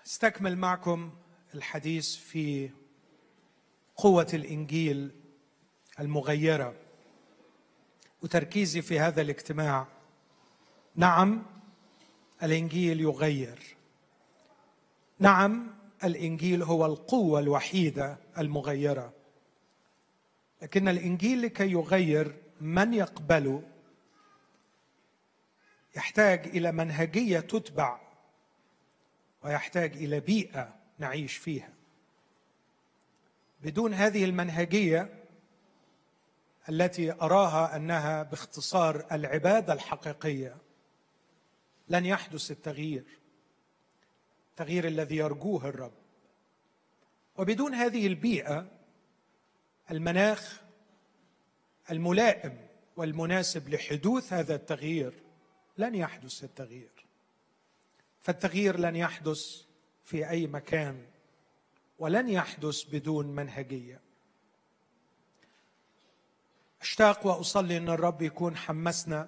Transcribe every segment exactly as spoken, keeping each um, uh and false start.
استكمل معكم الحديث في قوة الإنجيل المغيرة، وتركيزي في هذا الاجتماع نعم الإنجيل يغير. نعم الإنجيل هو القوة الوحيدة المغيرة، لكن الإنجيل لكي يغير من يقبله يحتاج إلى منهجية تتبع، ويحتاج إلى بيئة نعيش فيها. بدون هذه المنهجية التي أراها أنها باختصار العبادة الحقيقية لن يحدث التغيير، التغيير الذي يرجوه الرب. وبدون هذه البيئة، المناخ الملائم والمناسب لحدوث هذا التغيير، لن يحدث التغيير. فالتغيير لن يحدث في أي مكان، ولن يحدث بدون منهجية. أشتاق وأصلي أن الرب يكون حمسنا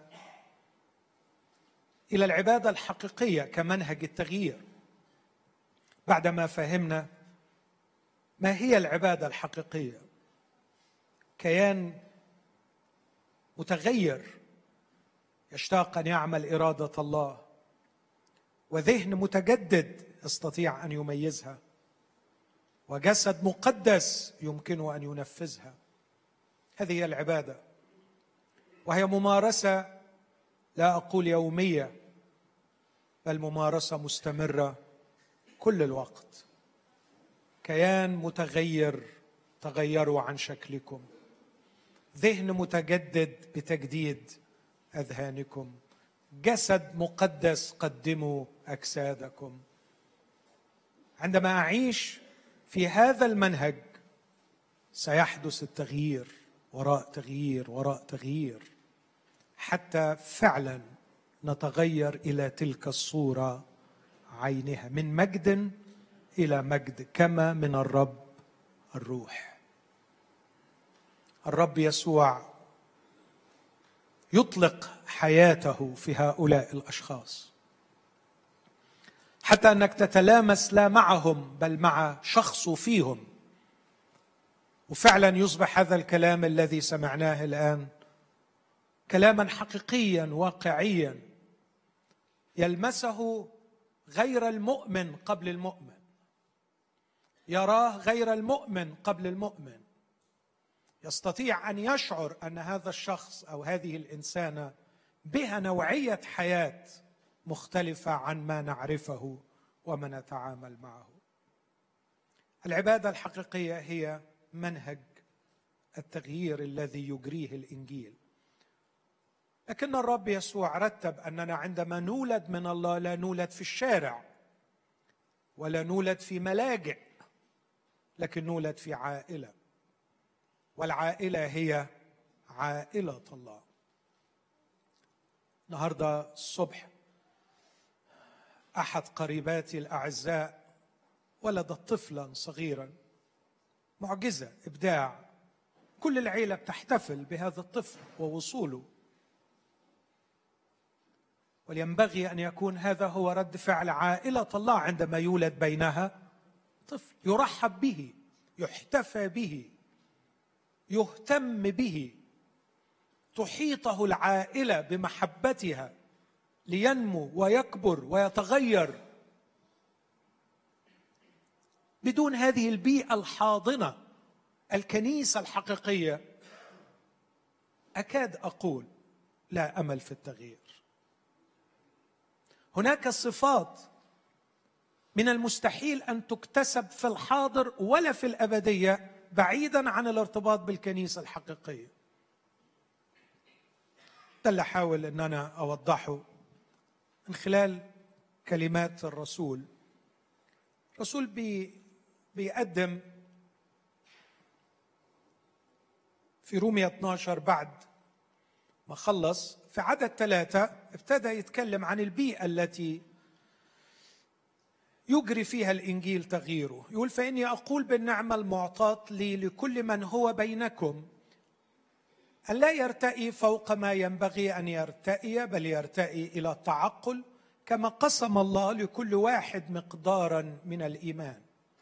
إلى العبادة الحقيقية كمنهج التغيير، بعدما فهمنا ما هي العبادة الحقيقية. كيان متغير يشتاق أن يعمل إرادة الله، وذهن متجدد يستطيع أن يميزها، وجسد مقدس يمكنه أن ينفذها. هذه هي العبادة، وهي ممارسة لا أقول يومية، بل ممارسة مستمرة كل الوقت. كيان متغير تغيروا عن شكلكم، ذهن متجدد بتجديد أذهانكم، جسد مقدس قدموا أجسادكم. عندما أعيش في هذا المنهج سيحدث التغيير وراء تغيير وراء تغيير، حتى فعلا نتغير إلى تلك الصورة عينها، من مجد إلى مجد، كما من الرب الروح. الرب يسوع يطلق حياته في هؤلاء الأشخاص، حتى أنك تتلامس لا معهم بل مع شخص فيهم، وفعلا يصبح هذا الكلام الذي سمعناه الآن كلاما حقيقيا واقعيا يلمسه غير المؤمن قبل المؤمن، يراه غير المؤمن قبل المؤمن، يستطيع أن يشعر أن هذا الشخص أو هذه الإنسانة بها نوعية حياة مختلفة عن ما نعرفه وما نتعامل معه. العبادة الحقيقية هي منهج التغيير الذي يجريه الإنجيل. لكن الرب يسوع رتب أننا عندما نولد من الله لا نولد في الشارع ولا نولد في ملاجئ، لكن نولد في عائلة، والعائلة هي عائلة الله. النهارده الصبح أحد قريباتي الأعزاء ولدت طفلا صغيرا، معجزة، إبداع. كل العيلة بتحتفل بهذا الطفل ووصوله، ولينبغي أن يكون هذا هو رد فعل عائلة الله عندما يولد بينها طفل، يرحب به، يحتفى به، يهتم به، تحيطه العائلة بمحبتها لينمو ويكبر ويتغير. بدون هذه البيئة الحاضنة، الكنيسة الحقيقية، أكاد أقول لا أمل في التغيير. هناك صفات من المستحيل أن تكتسب في الحاضر ولا في الأبدية بعيداً عن الارتباط بالكنيسة الحقيقية. ده اللي أحاول أن أنا أوضحه من خلال كلمات الرسول. الرسول بي بيقدم في رومية اثني عشر بعد ما خلص في عدد ثلاثة، ابتدى يتكلم عن البيئة التي يجري فيها الإنجيل تغييره. يقول: فإني أقول بالنعمة المعطاة لي لكل من هو بينكم أن لا يرتئي فوق ما ينبغي أن يرتئي، بل يرتئي إلى التعقل، كما قسم الله لكل واحد مقدارا من الإيمان،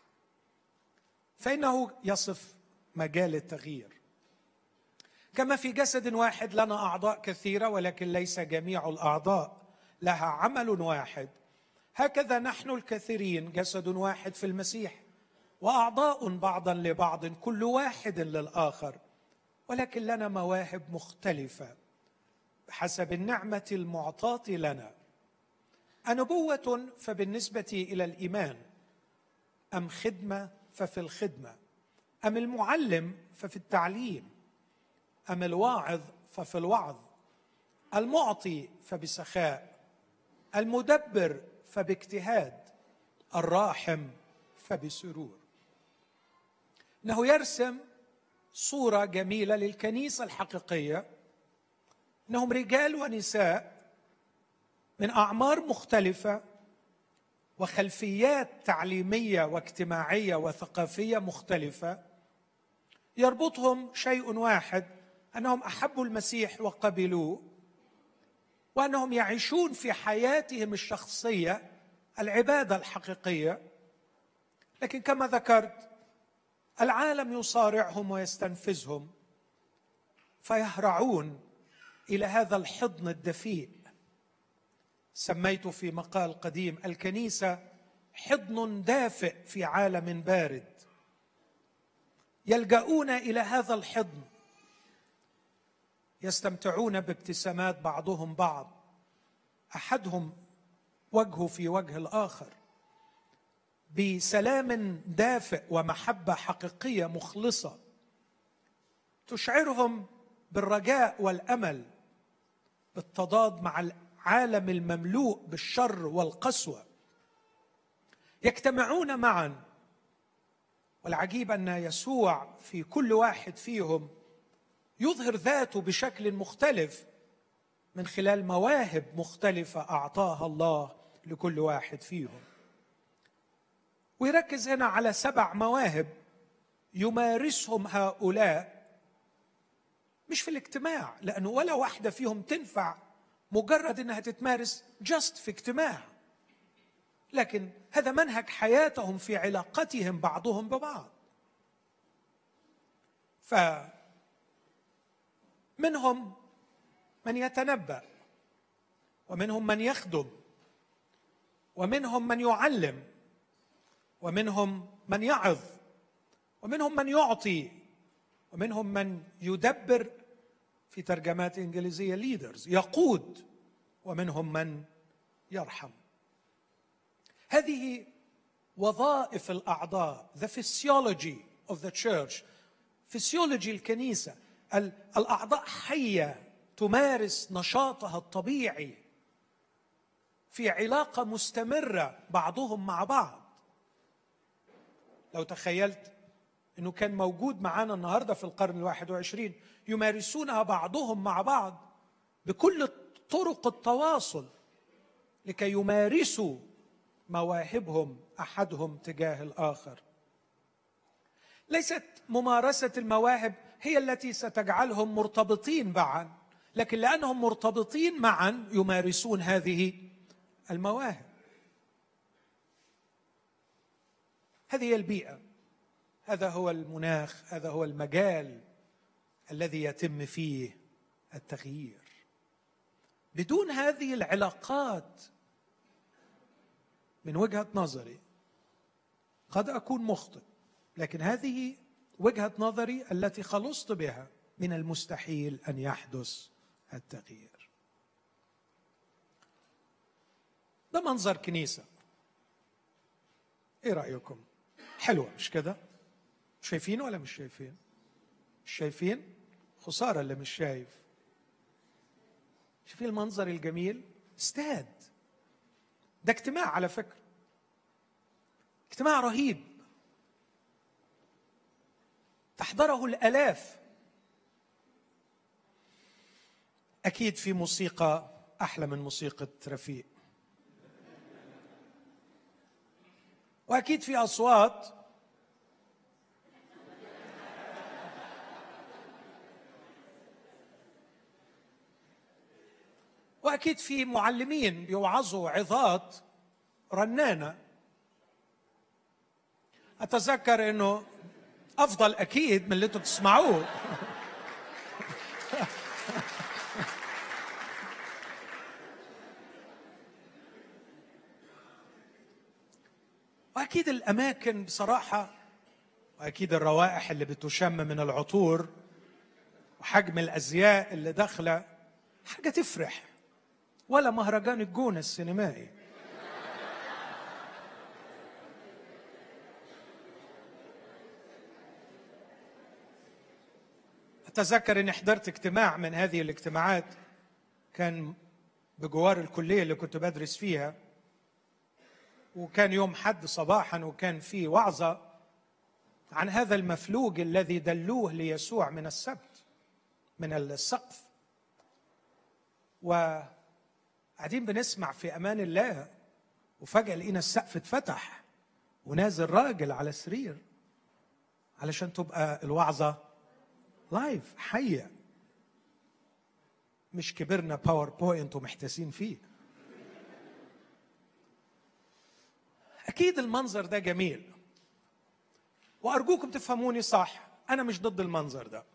فإنه يصف مجال التغيير. كما في جسد واحد لنا أعضاء كثيرة ولكن ليس جميع الأعضاء لها عمل واحد، هكذا نحن الكثيرين جسد واحد في المسيح، وأعضاء بعضا لبعض كل واحد للآخر، ولكن لنا مواهب مختلفة بحسب النعمة المعطاة لنا. أنبوة فبالنسبة إلى الإيمان، أم خدمة ففي الخدمة، أم المعلم ففي التعليم، أم الواعظ ففي الوعظ، المعطي فبسخاء، المدبر فباجتهاد، الراحم فبسرور. إنه يرسم صورة جميلة للكنيسة الحقيقية، إنهم رجال ونساء من أعمار مختلفة وخلفيات تعليمية واجتماعية وثقافية مختلفة، يربطهم شيء واحد، أنهم أحبوا المسيح وقبلوه، وأنهم يعيشون في حياتهم الشخصية العبادة الحقيقية. لكن كما ذكرت، العالم يصارعهم ويستنفذهم، فيهرعون إلى هذا الحضن الدفيء. سميت في مقال قديم الكنيسة حضن دافئ في عالم بارد. يلجؤون إلى هذا الحضن، يستمتعون بابتسامات بعضهم بعض، أحدهم وجهه في وجه الآخر، بسلام دافئ ومحبة حقيقية مخلصة تشعرهم بالرجاء والأمل، بالتضاد مع العالم المملوء بالشر والقسوة. يجتمعون معا، والعجيب أن يسوع في كل واحد فيهم يظهر ذاته بشكل مختلف من خلال مواهب مختلفة أعطاها الله لكل واحد فيهم. ويركز هنا على سبع مواهب يمارسهم هؤلاء مش في الاجتماع، لأنه ولا واحدة فيهم تنفع مجرد أنها تتمارس جست في اجتماع، لكن هذا منهج حياتهم في علاقتهم بعضهم ببعض. فمنهم من يتنبأ، ومنهم من يخدم، ومنهم من يعلم، ومنهم من يعظ، ومنهم من يعطي، ومنهم من يدبر، في ترجمات إنجليزية leaders، يقود، ومنهم من يرحم. هذه وظائف الأعضاء، the physiology of the church، فسيولوجي الكنيسة. الأعضاء حية تمارس نشاطها الطبيعي في علاقة مستمرة بعضهم مع بعض. لو تخيلت أنه كان موجود معنا النهاردة في القرن الواحد وعشرين، يمارسونها بعضهم مع بعض بكل طرق التواصل لكي يمارسوا مواهبهم أحدهم تجاه الآخر. ليست ممارسة المواهب هي التي ستجعلهم مرتبطين معا، لكن لأنهم مرتبطين معا يمارسون هذه المواهب. هذه هي البيئة، هذا هو المناخ، هذا هو المجال الذي يتم فيه التغيير. بدون هذه العلاقات، من وجهة نظري قد أكون مخطئ، لكن هذه وجهة نظري التي خلصت بها، من المستحيل أن يحدث التغيير. ده منظر كنيسة. إيه رأيكم؟ حلوة مش كده؟ شايفين ولا مش شايفين؟ مش شايفين؟ خسارة اللي مش شايف. شايفين المنظر الجميل؟ استاد. ده اجتماع على فكرة، اجتماع رهيب تحضره الآلاف. أكيد في موسيقى أحلى من موسيقى رفيق، وأكيد في أصوات وأكيد واكيد في معلمين بيوعظوا عظات رنانه. اتذكر انه افضل اكيد من اللي انتم تسمعوه. واكيد الاماكن بصراحه، واكيد الروائح اللي بتشم من العطور، وحجم الازياء اللي داخله، حاجه تفرح. ولا مهرجان الجونة السينمائي. أتذكر أني حضرت اجتماع من هذه الاجتماعات، كان بجوار الكلية اللي كنت بدرس فيها، وكان يوم حد صباحا، وكان في وعظة عن هذا المفلوج الذي دلوه ليسوع من السبت، من السقف. وقاعدين بنسمع في أمان الله، وفجأة لقينا السقف اتفتح ونازل راجل على سرير، علشان تبقى الوعظة لايف حية، مش كبرنا باوربوينت ومحتاسين فيه. أكيد المنظر ده جميل، وأرجوكم تفهموني صح، أنا مش ضد المنظر ده،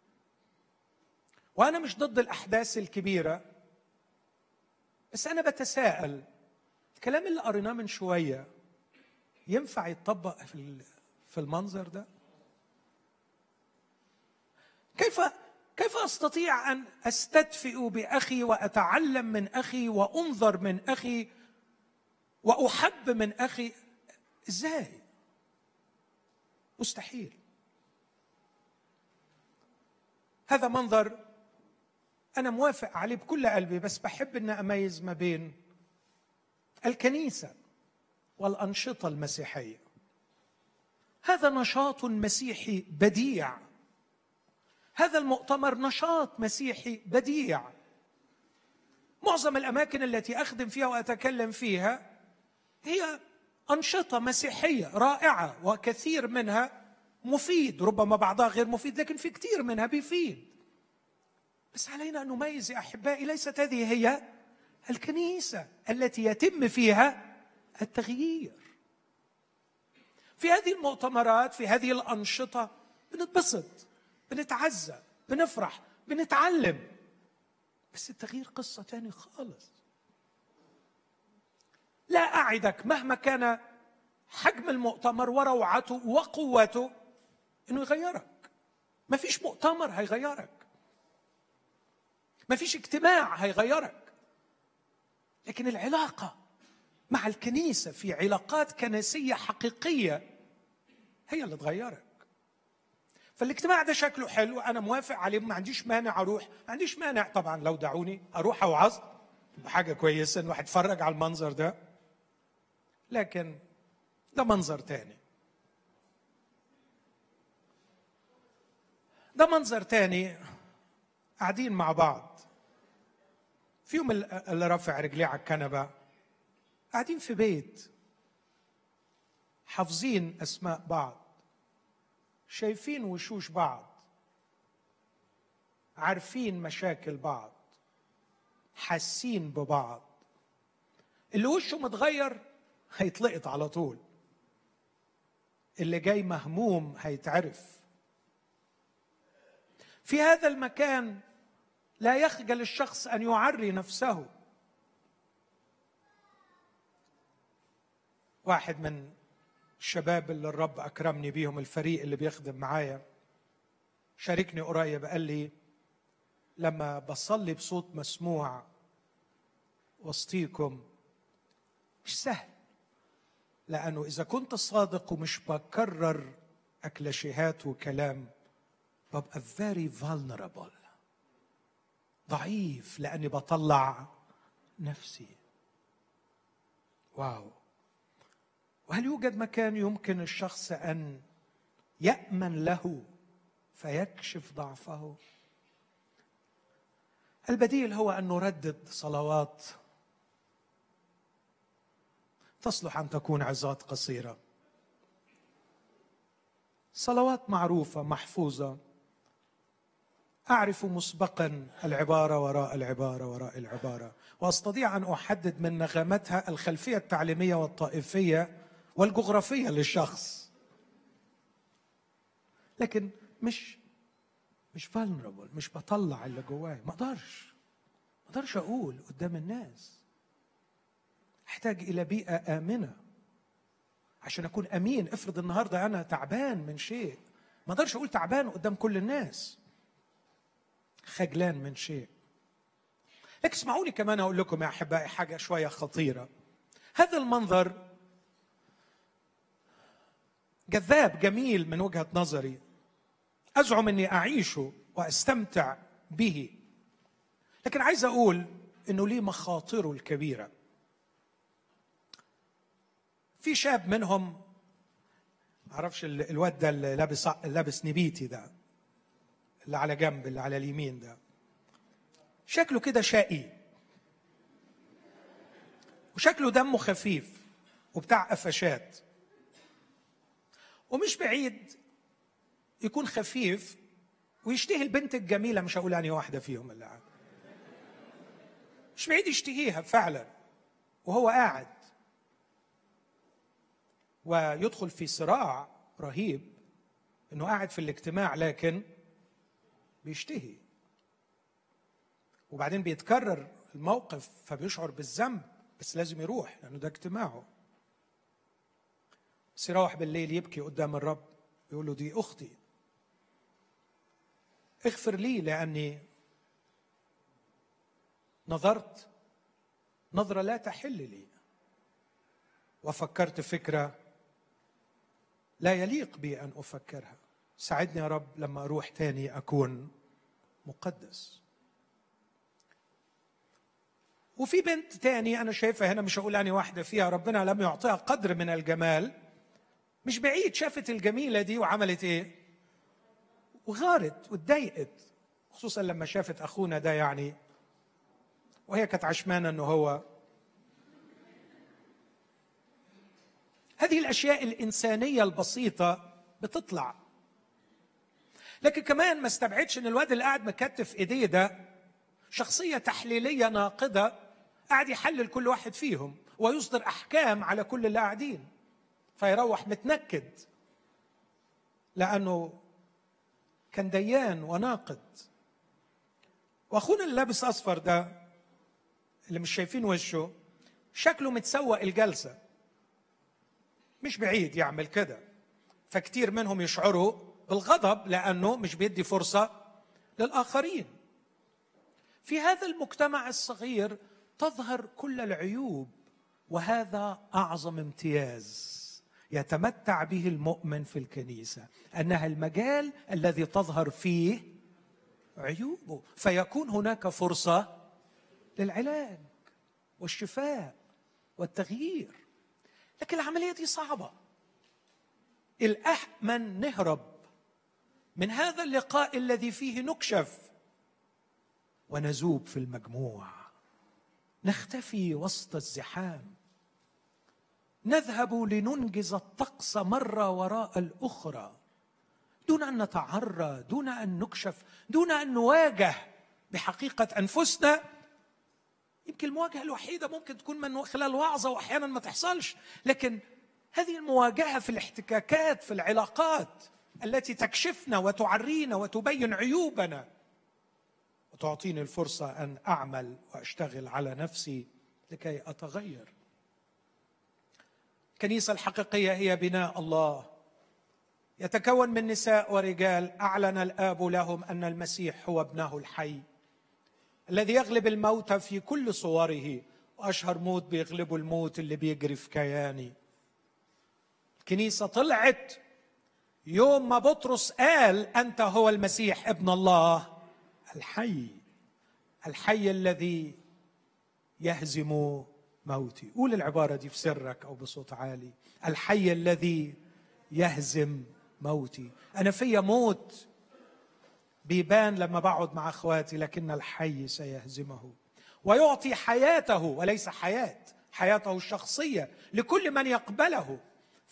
وأنا مش ضد الأحداث الكبيرة، بس أنا بتساءل، الكلام اللي قريناه من شوية ينفع يتطبق في في المنظر ده؟ كيف كيف أستطيع أن أستدفئ بأخي وأتعلم من أخي وأنظر من أخي وأحب من أخي؟ إزاي؟ مستحيل. هذا منظر أنا موافق عليه بكل قلبي، بس بحب أن أميز ما بين الكنيسة والأنشطة المسيحية. هذا نشاط مسيحي بديع، هذا المؤتمر نشاط مسيحي بديع. معظم الأماكن التي أخدم فيها وأتكلم فيها هي أنشطة مسيحية رائعة، وكثير منها مفيد، ربما بعضها غير مفيد، لكن في كثير منها بيفيد. بس علينا أن نميز يا أحبائي، ليست هذه هي الكنيسة التي يتم فيها التغيير. في هذه المؤتمرات، في هذه الأنشطة، بنتبسط، بنتعزى، بنفرح، بنتعلم، بس التغيير قصة تاني خالص. لا أعدك مهما كان حجم المؤتمر وروعته وقوته إنه يغيرك. ما فيش مؤتمر هيغيرك، ما فيش اجتماع هيغيرك، لكن العلاقة مع الكنيسة، في علاقات كنسية حقيقية، هي اللي تغيرك. فالاجتماع ده شكله حلو، أنا موافق عليه، ما عنديش مانع أروح، ما عنديش مانع طبعا لو دعوني أروح أوعظ، بحاجة كويسة إن واحد يتفرج على المنظر ده، لكن ده منظر تاني. ده منظر تاني، قاعدين مع بعض، فيهم اللي رافع رجليه على الكنبة، قاعدين في بيت، حافظين أسماء بعض، شايفين وشوش بعض، عارفين مشاكل بعض، حاسين ببعض. اللي وشه متغير هيتلقط على طول، اللي جاي مهموم هيتعرف. في هذا المكان لا يخجل الشخص أن يعري نفسه. واحد من الشباب اللي الرب أكرمني بيهم، الفريق اللي بيخدم معايا، شاركني قريب، قال لي لما بصلي بصوت مسموع وسطيكم مش سهل، لأنه إذا كنت صادق ومش بكرر أكلاشيهات وكلام ببقى very vulnerable، ضعيف، لأني بطلع نفسي. واو. وهل يوجد مكان يمكن الشخص أن يأمن له فيكشف ضعفه؟ البديل هو أن نردد صلوات تصلح أن تكون عظات قصيرة، صلوات معروفة محفوظة، أعرف مسبقا العبارة وراء العبارة وراء العبارة، وأستطيع أن أحدد من نغمتها الخلفية التعليمية والطائفية والجغرافية للشخص، لكن مش مش vulnerable، مش بطلع اللي جواي. ما أقدرش ما أقدرش أقول قدام الناس. أحتاج إلى بيئة آمنة عشان أكون أمين. افرض النهاردة أنا تعبان من شيء، ما أقدرش أقول تعبان قدام كل الناس، خجلان من شيء. لكن اسمعوني كمان أقول لكم يا أحبائي حاجة شوية خطيرة. هذا المنظر جذاب جميل من وجهة نظري، أزعم أني أعيشه وأستمتع به، لكن عايز أقول أنه ليه مخاطره الكبيرة. في شاب منهم، معرفش الواد ده اللي لابس لابس نبيتي ده اللي على جنب اللي على اليمين ده، شكله كده شقي وشكله دمه خفيف وبتاع قفشات، ومش بعيد يكون خفيف ويشتهي البنت الجميلة. مش هقول أنهي واحدة فيهم اللي قاعد، مش بعيد يشتهيها فعلا وهو قاعد، ويدخل في صراع رهيب انه قاعد في الاجتماع لكن بيشتهي. وبعدين بيتكرر الموقف فبيشعر بالذنب، بس لازم يروح لانه ده اجتماعه. بس يروح بالليل يبكي قدام الرب، يقول له دي اختي، اغفر لي لاني نظرت نظرة لا تحل لي، وفكرت فكرة لا يليق بي أن أفكرها. ساعدني يا رب لما أروح تاني أكون مقدس. وفي بنت تاني أنا شايفها هنا، مش هقول أني واحدة فيها، ربنا لم يعطيها قدر من الجمال، مش بعيد شافت الجميلة دي وعملت إيه؟ وغارت واتضايقت، خصوصا لما شافت أخونا ده يعني، وهي كانت عشمانة أنه هو. هذه الأشياء الإنسانية البسيطة بتطلع. لكن كمان ما استبعدش أن الواد اللي قاعد مكتف إيديه ده شخصية تحليلية ناقدة، قاعد يحلل كل واحد فيهم ويصدر أحكام على كل اللي قاعدين، فيروح متنكد لأنه كان ديان وناقد. وأخونا اللي لابس أصفر ده اللي مش شايفين وشه، شكله متسوق الجلسة، مش بعيد يعمل كده. فكتير منهم يشعروا بالغضب لأنه مش بيدي فرصة للآخرين. في هذا المجتمع الصغير تظهر كل العيوب، وهذا أعظم امتياز يتمتع به المؤمن في الكنيسة، أنها المجال الذي تظهر فيه عيوبه، فيكون هناك فرصة للعلاج والشفاء والتغيير. لكن العملية دي صعبة. الأحمن نهرب من هذا اللقاء الذي فيه نكشف ونذوب في المجموع، نختفي وسط الزحام، نذهب لننجز الطقس مرة وراء الأخرى دون أن نتعرى، دون أن نكشف، دون أن نواجه بحقيقة أنفسنا. يمكن المواجهة الوحيدة ممكن تكون من خلال وعظة، وأحيانا ما تحصلش، لكن هذه المواجهة في الاحتكاكات في العلاقات التي تكشفنا وتعرينا وتبين عيوبنا وتعطيني الفرصة أن أعمل وأشتغل على نفسي لكي أتغير. الكنيسة الحقيقية هي بناء الله، يتكون من نساء ورجال أعلن الآب لهم أن المسيح هو ابنه الحي الذي يغلب الموت في كل صوره، وأشهر موت بيغلبه الموت اللي بيجري في كياني. الكنيسة طلعت يوم ما بطرس قال أنت هو المسيح ابن الله الحي، الحي الذي يهزم موتي. قول العبارة دي في سرك أو بصوت عالي، الحي الذي يهزم موتي. أنا فيا موت بيبان لما بقعد مع أخواتي، لكن الحي سيهزمه ويعطي حياته، وليس حياة حياته الشخصية لكل من يقبله،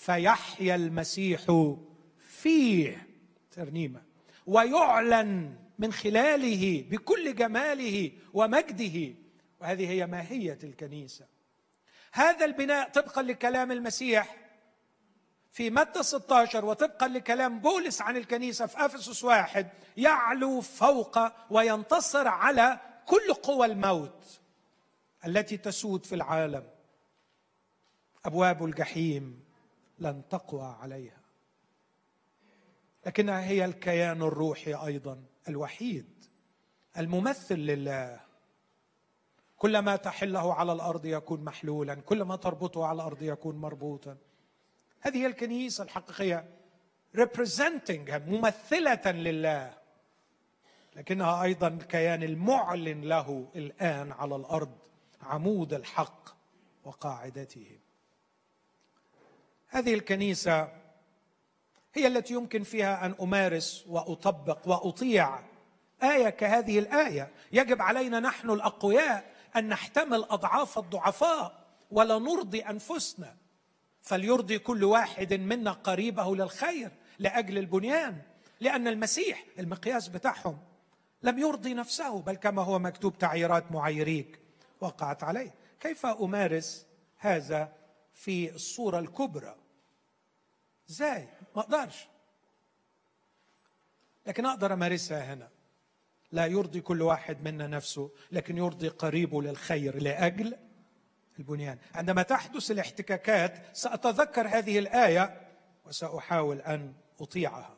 فيحيا المسيح فيه ترنيمة، ويعلن من خلاله بكل جماله ومجده. وهذه هي ماهية الكنيسة. هذا البناء طبقا لكلام المسيح في متى ستة عشر وطبقا لكلام بولس عن الكنيسة في أفسس واحد، يعلو فوق وينتصر على كل قوى الموت التي تسود في العالم. أبواب الجحيم لن تقوى عليها، لكنها هي الكيان الروحي أيضا الوحيد الممثل لله. كلما تحله على الأرض يكون محلولا، كلما تربطه على الأرض يكون مربوطا. هذه هي الكنيسة الحقيقية، representing ممثلة لله، لكنها أيضا الكيان المعلن له الآن على الأرض، عمود الحق وقاعدته. هذه الكنيسة هي التي يمكن فيها أن أمارس وأطبق وأطيع آية كهذه الآية. يجب علينا نحن الأقوياء أن نحتمل أضعاف الضعفاء ولا نرضي أنفسنا، فليرضي كل واحد منا قريبه للخير لأجل البنيان، لأن المسيح المقياس بتاعهم لم يرضي نفسه، بل كما هو مكتوب تعييرات معيريك وقعت عليه. كيف أمارس هذا في الصورة الكبرى؟ ازاي؟ ما أقدرش، لكن أقدر أمارسها هنا. لا يرضي كل واحد منا نفسه، لكن يرضي قريبه للخير لأجل البنيان. عندما تحدث الاحتكاكات سأتذكر هذه الآية وسأحاول أن أطيعها.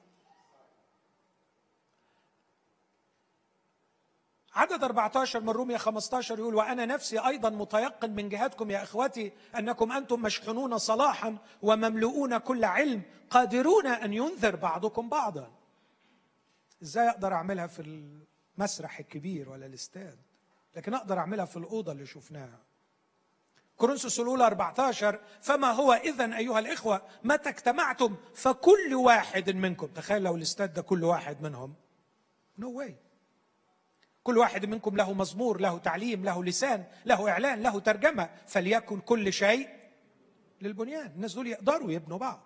عدد أربعة عشر من رومية خمسة عشر يقول: وأنا نفسي أيضا متيقن من جهتكم يا إخوتي أنكم أنتم مشحونون صلاحا ومملؤون كل علم، قادرون أن ينذر بعضكم بعضا. إزاي أقدر أعملها في المسرح الكبير ولا الاستاد؟ لكن أقدر أعملها في الأوضة اللي شفناها. كورنثوس الأولى أربعة عشر: فما هو إذن أيها الإخوة متى اجتمعتم فكل واحد منكم. تخيل لو الاستاد ده كل واحد منهم، نو واي. كل واحد منكم له مزمور، له تعليم، له لسان، له إعلان، له ترجمة، فليكن كل شيء للبنيان. الناس دول يقدروا يبنوا بعض.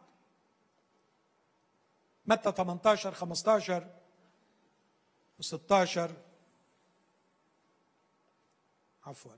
متى ثمانية عشر خمسة عشر وستة عشر، عفوا،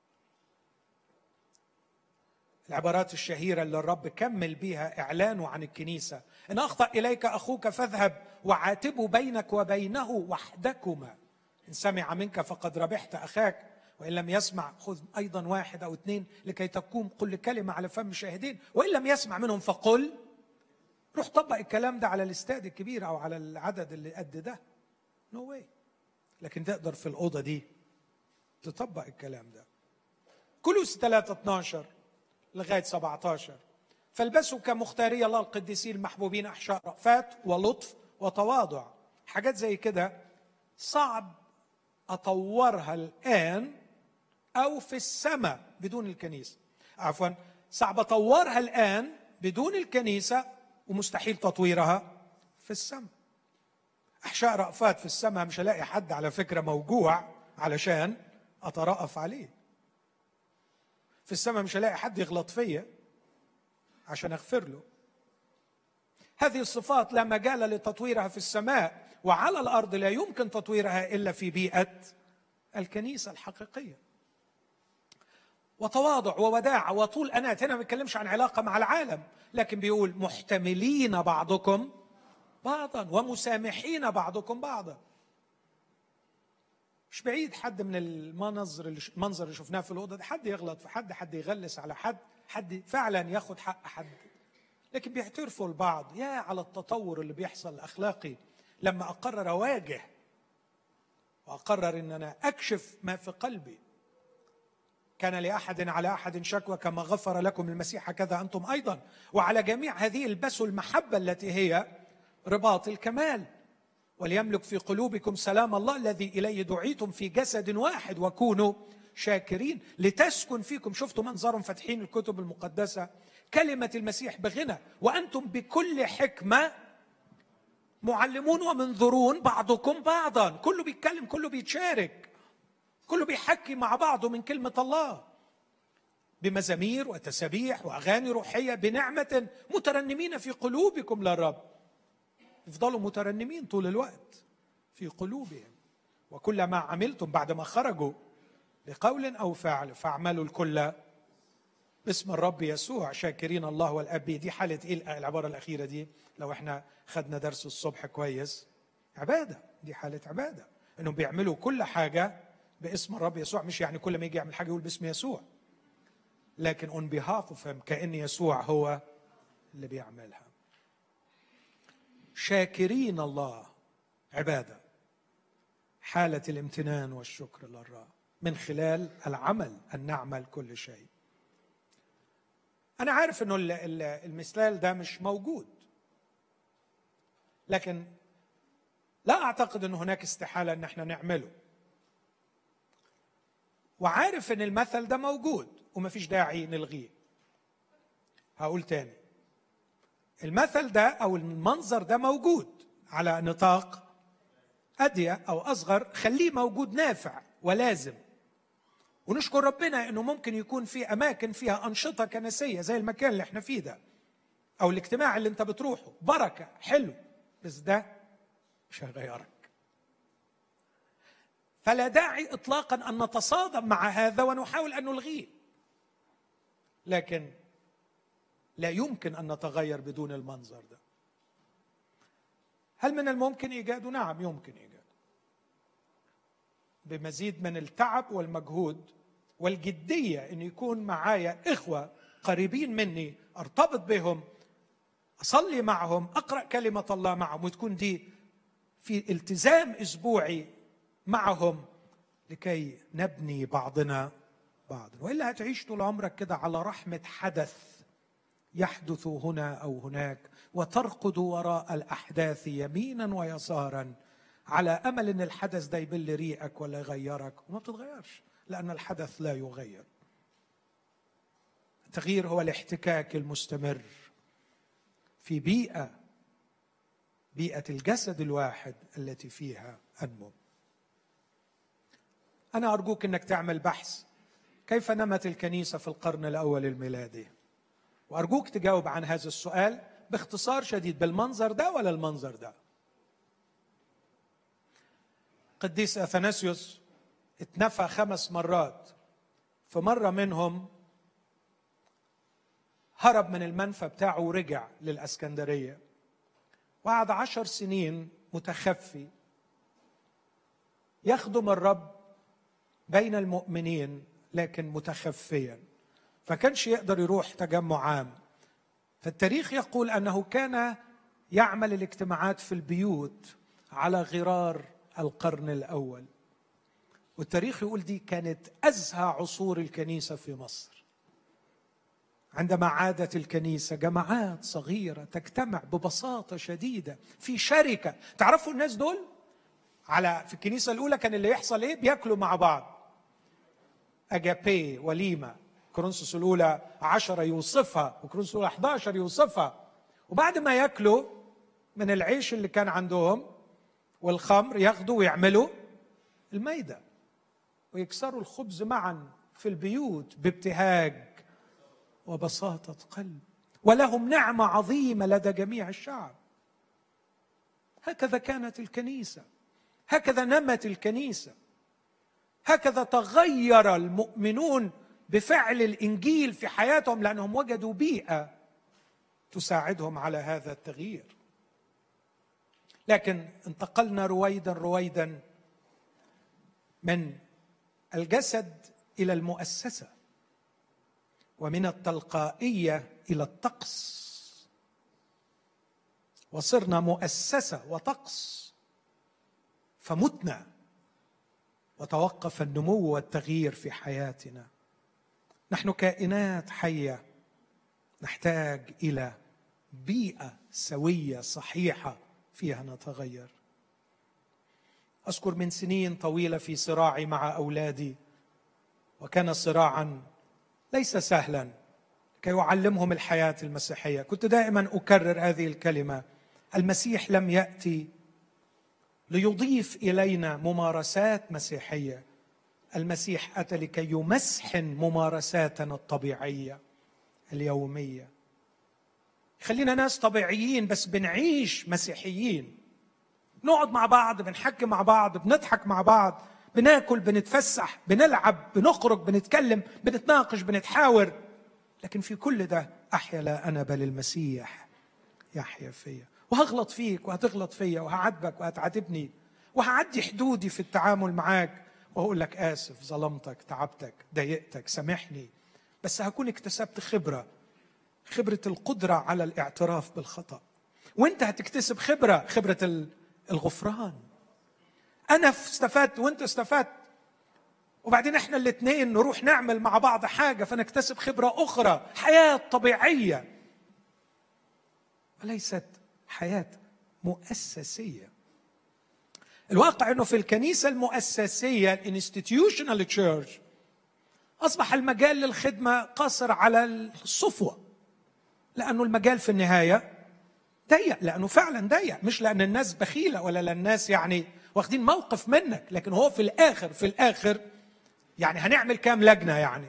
العبارات الشهيرة اللي الرب كمل بيها إعلانه عن الكنيسة: إن أخطأ إليك أخوك فاذهب وعاتبه بينك وبينه وحدكما، إن سمع منك فقد ربحت أخاك، وإن لم يسمع خذ أيضا واحد أو اثنين لكي تقوم كل كلمة على فم شاهدين، وإن لم يسمع منهم فقل. روح طبق الكلام ده على الاستاد الكبير أو على العدد اللي قد ده. نو no واي. لكن تقدر في الأوضة دي تطبق الكلام ده. كولوس ثلاثة اثناشر لغاية سبعة عشر: فالبسوا كمختاري الله القديسين المحبوبين أحشاء رأفات ولطف وتواضع. حاجات زي كده صعب أطورها الآن أو في السماء بدون الكنيسة. عفوا، صعب أطورها الآن بدون الكنيسة، ومستحيل تطويرها في السماء. أحشاء رأفات في السماء مش هلاقي حد على فكرة موجوع علشان أترأف عليه. في السماء مش هلاقي حد يغلط فيا عشان أغفر له. هذه الصفات لا مجال لتطويرها في السماء، وعلى الأرض لا يمكن تطويرها إلا في بيئة الكنيسة الحقيقية. وتواضع ووداعة وطول أنات. هنا ما بيتكلمش عن علاقة مع العالم، لكن بيقول محتملين بعضكم بعضا ومسامحين بعضكم بعضا. مش بعيد حد من المنظر اللي المنظر اللي شفناه في الأوضة ده، حد يغلط في حد، حد يغلس على حد، حد فعلا ياخد حق حد، لكن بيعترفوا البعض. يا على التطور اللي بيحصل الأخلاقي لما أقرر أواجه وأقرر أن أنا أكشف ما في قلبي. كان لأحد على أحد شكوى كما غفر لكم المسيح كذا أنتم أيضا، وعلى جميع هذه البسوا المحبة التي هي رباط الكمال، وليملك في قلوبكم سلام الله الذي إليه دعيتم في جسد واحد وكونوا شاكرين لتسكن فيكم. شفتوا منظرهم فاتحين الكتب المقدسة: كلمة المسيح بغنى وأنتم بكل حكمة معلمون ومنظرون بعضكم بعضا. كله بيتكلم، كله بيتشارك، كله بيحكي مع بعضه من كلمة الله بمزامير وتسابيح وأغاني روحية بنعمة مترنمين في قلوبكم للرب. يفضلوا مترنمين طول الوقت في قلوبهم، وكل ما عملتم بعد ما خرجوا بقول أو فعل فاعملوا الكل باسم الرب يسوع شاكرين الله والأب. دي حالة إيه العبارة الأخيرة دي؟ لو احنا خدنا درس الصبح كويس، عبادة. دي حالة عبادة، إنهم بيعملوا كل حاجة باسم الرب يسوع. مش يعني كل ما يجي يعمل حاجة يقول باسم يسوع، لكن on behalf of him، كأن يسوع هو اللي بيعملها. شاكرين الله، عبادة، حالة الامتنان والشكر لله من خلال العمل، أن نعمل كل شيء. أنا عارف أنه المثال ده مش موجود، لكن لا أعتقد أن هناك استحالة أن احنا نعمله، وعارف أن المثل ده موجود وما فيش داعي نلغيه. هقول تاني، المثل ده أو المنظر ده موجود على نطاق أضيق أو أصغر، خليه موجود، نافع ولازم. ونشكر ربنا أنه ممكن يكون في أماكن فيها أنشطة كنسية زي المكان اللي احنا فيه ده، أو الاجتماع اللي انت بتروحه، بركة، حلو، بس ده مش هيغيرك. فلا داعي إطلاقا أن نتصادم مع هذا ونحاول أن نلغيه، لكن لا يمكن أن نتغير بدون المنظر ده. هل من الممكن إيجاده؟ نعم، يمكن إيجاده بمزيد من التعب والمجهود والجدية، أن يكون معايا إخوة قريبين مني أرتبط بهم، أصلي معهم، أقرأ كلمة الله معهم، وتكون دي في التزام أسبوعي معهم لكي نبني بعضنا بعضا. وإلا هتعيش طول عمرك كده على رحمة حدث يحدث هنا أو هناك، وترقد وراء الأحداث يمينا ويسارا على أمل أن الحدث ده يبل ريقك ولا يغيرك، وما بتتغيرش لأن الحدث لا يغير. التغيير هو الاحتكاك المستمر في بيئة بيئة الجسد الواحد التي فيها أنمو. أنا أرجوك أنك تعمل بحث كيف نمت الكنيسة في القرن الأول الميلادي، وأرجوك تجاوب عن هذا السؤال باختصار شديد، بالمنظر ده ولا المنظر ده. قديس أثناسيوس اتنفى خمس مرات، في مرة منهم هرب من المنفى بتاعه ورجع للأسكندرية، وقعد عشر سنين متخفي يخدم الرب بين المؤمنين لكن متخفيا، فكانش يقدر يروح تجمع عام. فالتاريخ يقول أنه كان يعمل الاجتماعات في البيوت على غرار القرن الأول، والتاريخ يقول دي كانت أزهى عصور الكنيسة في مصر، عندما عادت الكنيسة جماعات صغيرة تجتمع ببساطة شديدة في شركة. تعرفوا الناس دول على في الكنيسة الأولى كان اللي يحصل إيه؟ بيأكلوا مع بعض، أجابي، وليمة. كورنثوس الأولى عشرة يوصفها، وكورنثوس الأولى أحد عشر يوصفها. وبعد ما يأكلوا من العيش اللي كان عندهم والخمر، ياخدوا ويعملوا الميدة ويكسروا الخبز معا في البيوت بابتهاج وبساطة قلب، ولهم نعمة عظيمة لدى جميع الشعب. هكذا كانت الكنيسة، هكذا نمت الكنيسة، هكذا تغير المؤمنون بفعل الإنجيل في حياتهم، لأنهم وجدوا بيئة تساعدهم على هذا التغيير. لكن انتقلنا رويدا رويدا من الجسد إلى المؤسسة، ومن التلقائية إلى الطقس، وصرنا مؤسسة وطقس، فمتنا وتوقف النمو والتغيير في حياتنا. نحن كائنات حية نحتاج إلى بيئة سوية صحيحة فيها نتغير. أذكر من سنين طويلة في صراعي مع أولادي، وكان صراعا ليس سهلا كي أعلمهم الحياة المسيحية. كنت دائما أكرر هذه الكلمة: المسيح لم يأتي ليضيف إلينا ممارسات مسيحية، المسيح أتى لكي يمسحن ممارساتنا الطبيعية اليومية. خلينا ناس طبيعيين بس بنعيش مسيحيين، نقعد مع بعض، بنحكي مع بعض، بنضحك مع بعض، بناكل، بنتفسح، بنلعب، بنخرج، بنتكلم، بنتناقش، بنتحاور. لكن في كل ده أحيا لا أنا بل المسيح يحيا فيا. وهغلط فيك وهتغلط فيا، وهعاتبك وهتعاتبني، وهعدي حدودي في التعامل معاك، وهقول لك آسف، ظلمتك، تعبتك، ضايقتك، سامحني. بس هكون اكتسبت خبرة، خبرة القدرة على الاعتراف بالخطأ. وانت هتكتسب خبرة، خبرة الغفران. أنا استفدت وانت استفدت، وبعدين احنا الاثنين نروح نعمل مع بعض حاجة فنكتسب خبرة أخرى، حياة طبيعية وليست حياة مؤسسية. الواقع أنه في الكنيسة المؤسسية الانستيتيوشنال تشيرش أصبح المجال للخدمة قاصر على الصفوة، لأنه المجال في النهاية ضيق، لأنه فعلا ضيق، مش لأن الناس بخيلة ولا لأن الناس يعني واخدين موقف منك، لكن هو في الآخر في الآخر يعني هنعمل كام لجنة؟ يعني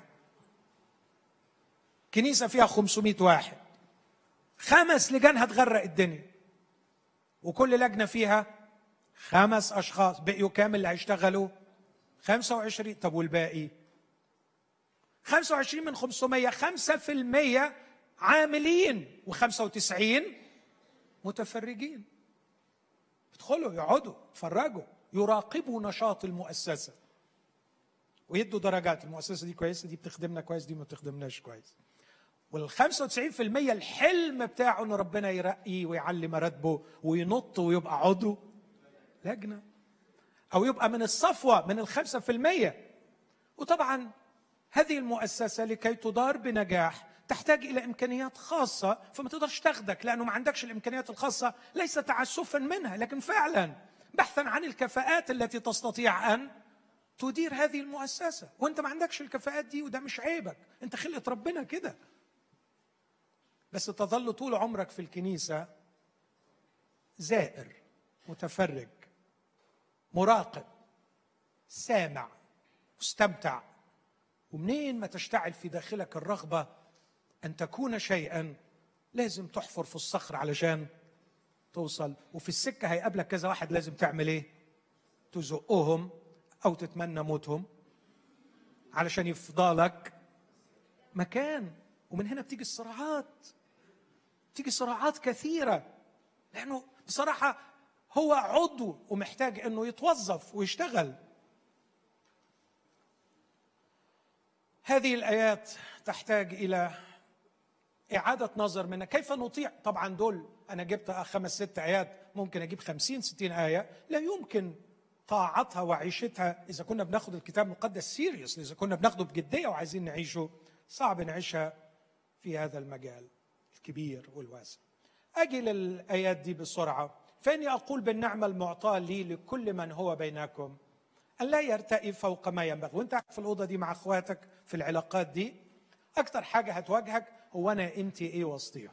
كنيسة فيها خمسمائة واحد، خمس لجان هتغرق الدنيا، وكل لجنة فيها خمس أشخاص، بقيوا كام اللي هيشتغلوا؟ خمسة وعشرين. طب والباقي؟ خمسة وعشرين من خمسمائة، خمسة في المية عاملين وخمسة وتسعين متفرجين. يدخلوا يقعدوا يتفرجوا، يراقبوا نشاط المؤسسة ويدوا درجات. المؤسسة دي كويسة، دي بتخدمنا كويس، دي ما بتخدمناش كويس. والخمسة وتسعين في المية الحلم بتاعه ان ربنا يرقيه ويعلي مراتبه وينط ويبقى عضو لجنة، او يبقى من الصفوة من الخمسة في المية. وطبعا هذه المؤسسة لكي تدار بنجاح تحتاج إلى إمكانيات خاصة، فما تقدرش تاخدك لأنه ما عندكش الإمكانيات الخاصة، ليس تعسفا منها، لكن فعلا بحثا عن الكفاءات التي تستطيع أن تدير هذه المؤسسة. وأنت ما عندكش الكفاءات دي، وده مش عيبك، أنت خلقة ربنا كده. بس تظل طول عمرك في الكنيسة زائر، متفرج، مراقب، سامع، مستمتع. ومنين ما تشتعل في داخلك الرغبة أن تكون شيئا، لازم تحفر في الصخر علشان توصل. وفي السكة هيقابلك كذا واحد، لازم تعمل إيه؟ تزقهم أو تتمنى موتهم علشان يفضلك مكان. ومن هنا بتيجي الصراعات، بتيجي صراعات كثيرة، لأنه بصراحة هو عضو ومحتاج أنه يتوظف ويشتغل. هذه الآيات تحتاج إلى إعادة نظر منا. كيف نطيع؟ طبعا دول أنا جبت خمس ست آيات، ممكن أجيب خمسين ستين آية لا يمكن طاعتها وعيشتها إذا كنا بناخد الكتاب المقدس سيريس، إذا كنا بناخده بجدية وعايزين نعيشه. صعب نعيشها في هذا المجال الكبير والواسع. أجي للآيات دي بسرعة. فإني أقول بالنعمة المعطاة لي لكل من هو بينكم أن لا يرتئي فوق ما ينبغي. وأنت قاعد في الأوضة دي مع أخواتك في العلاقات دي، أكتر حاجة هتواجهك هو أنا قيمتي إيه وسطيهم؟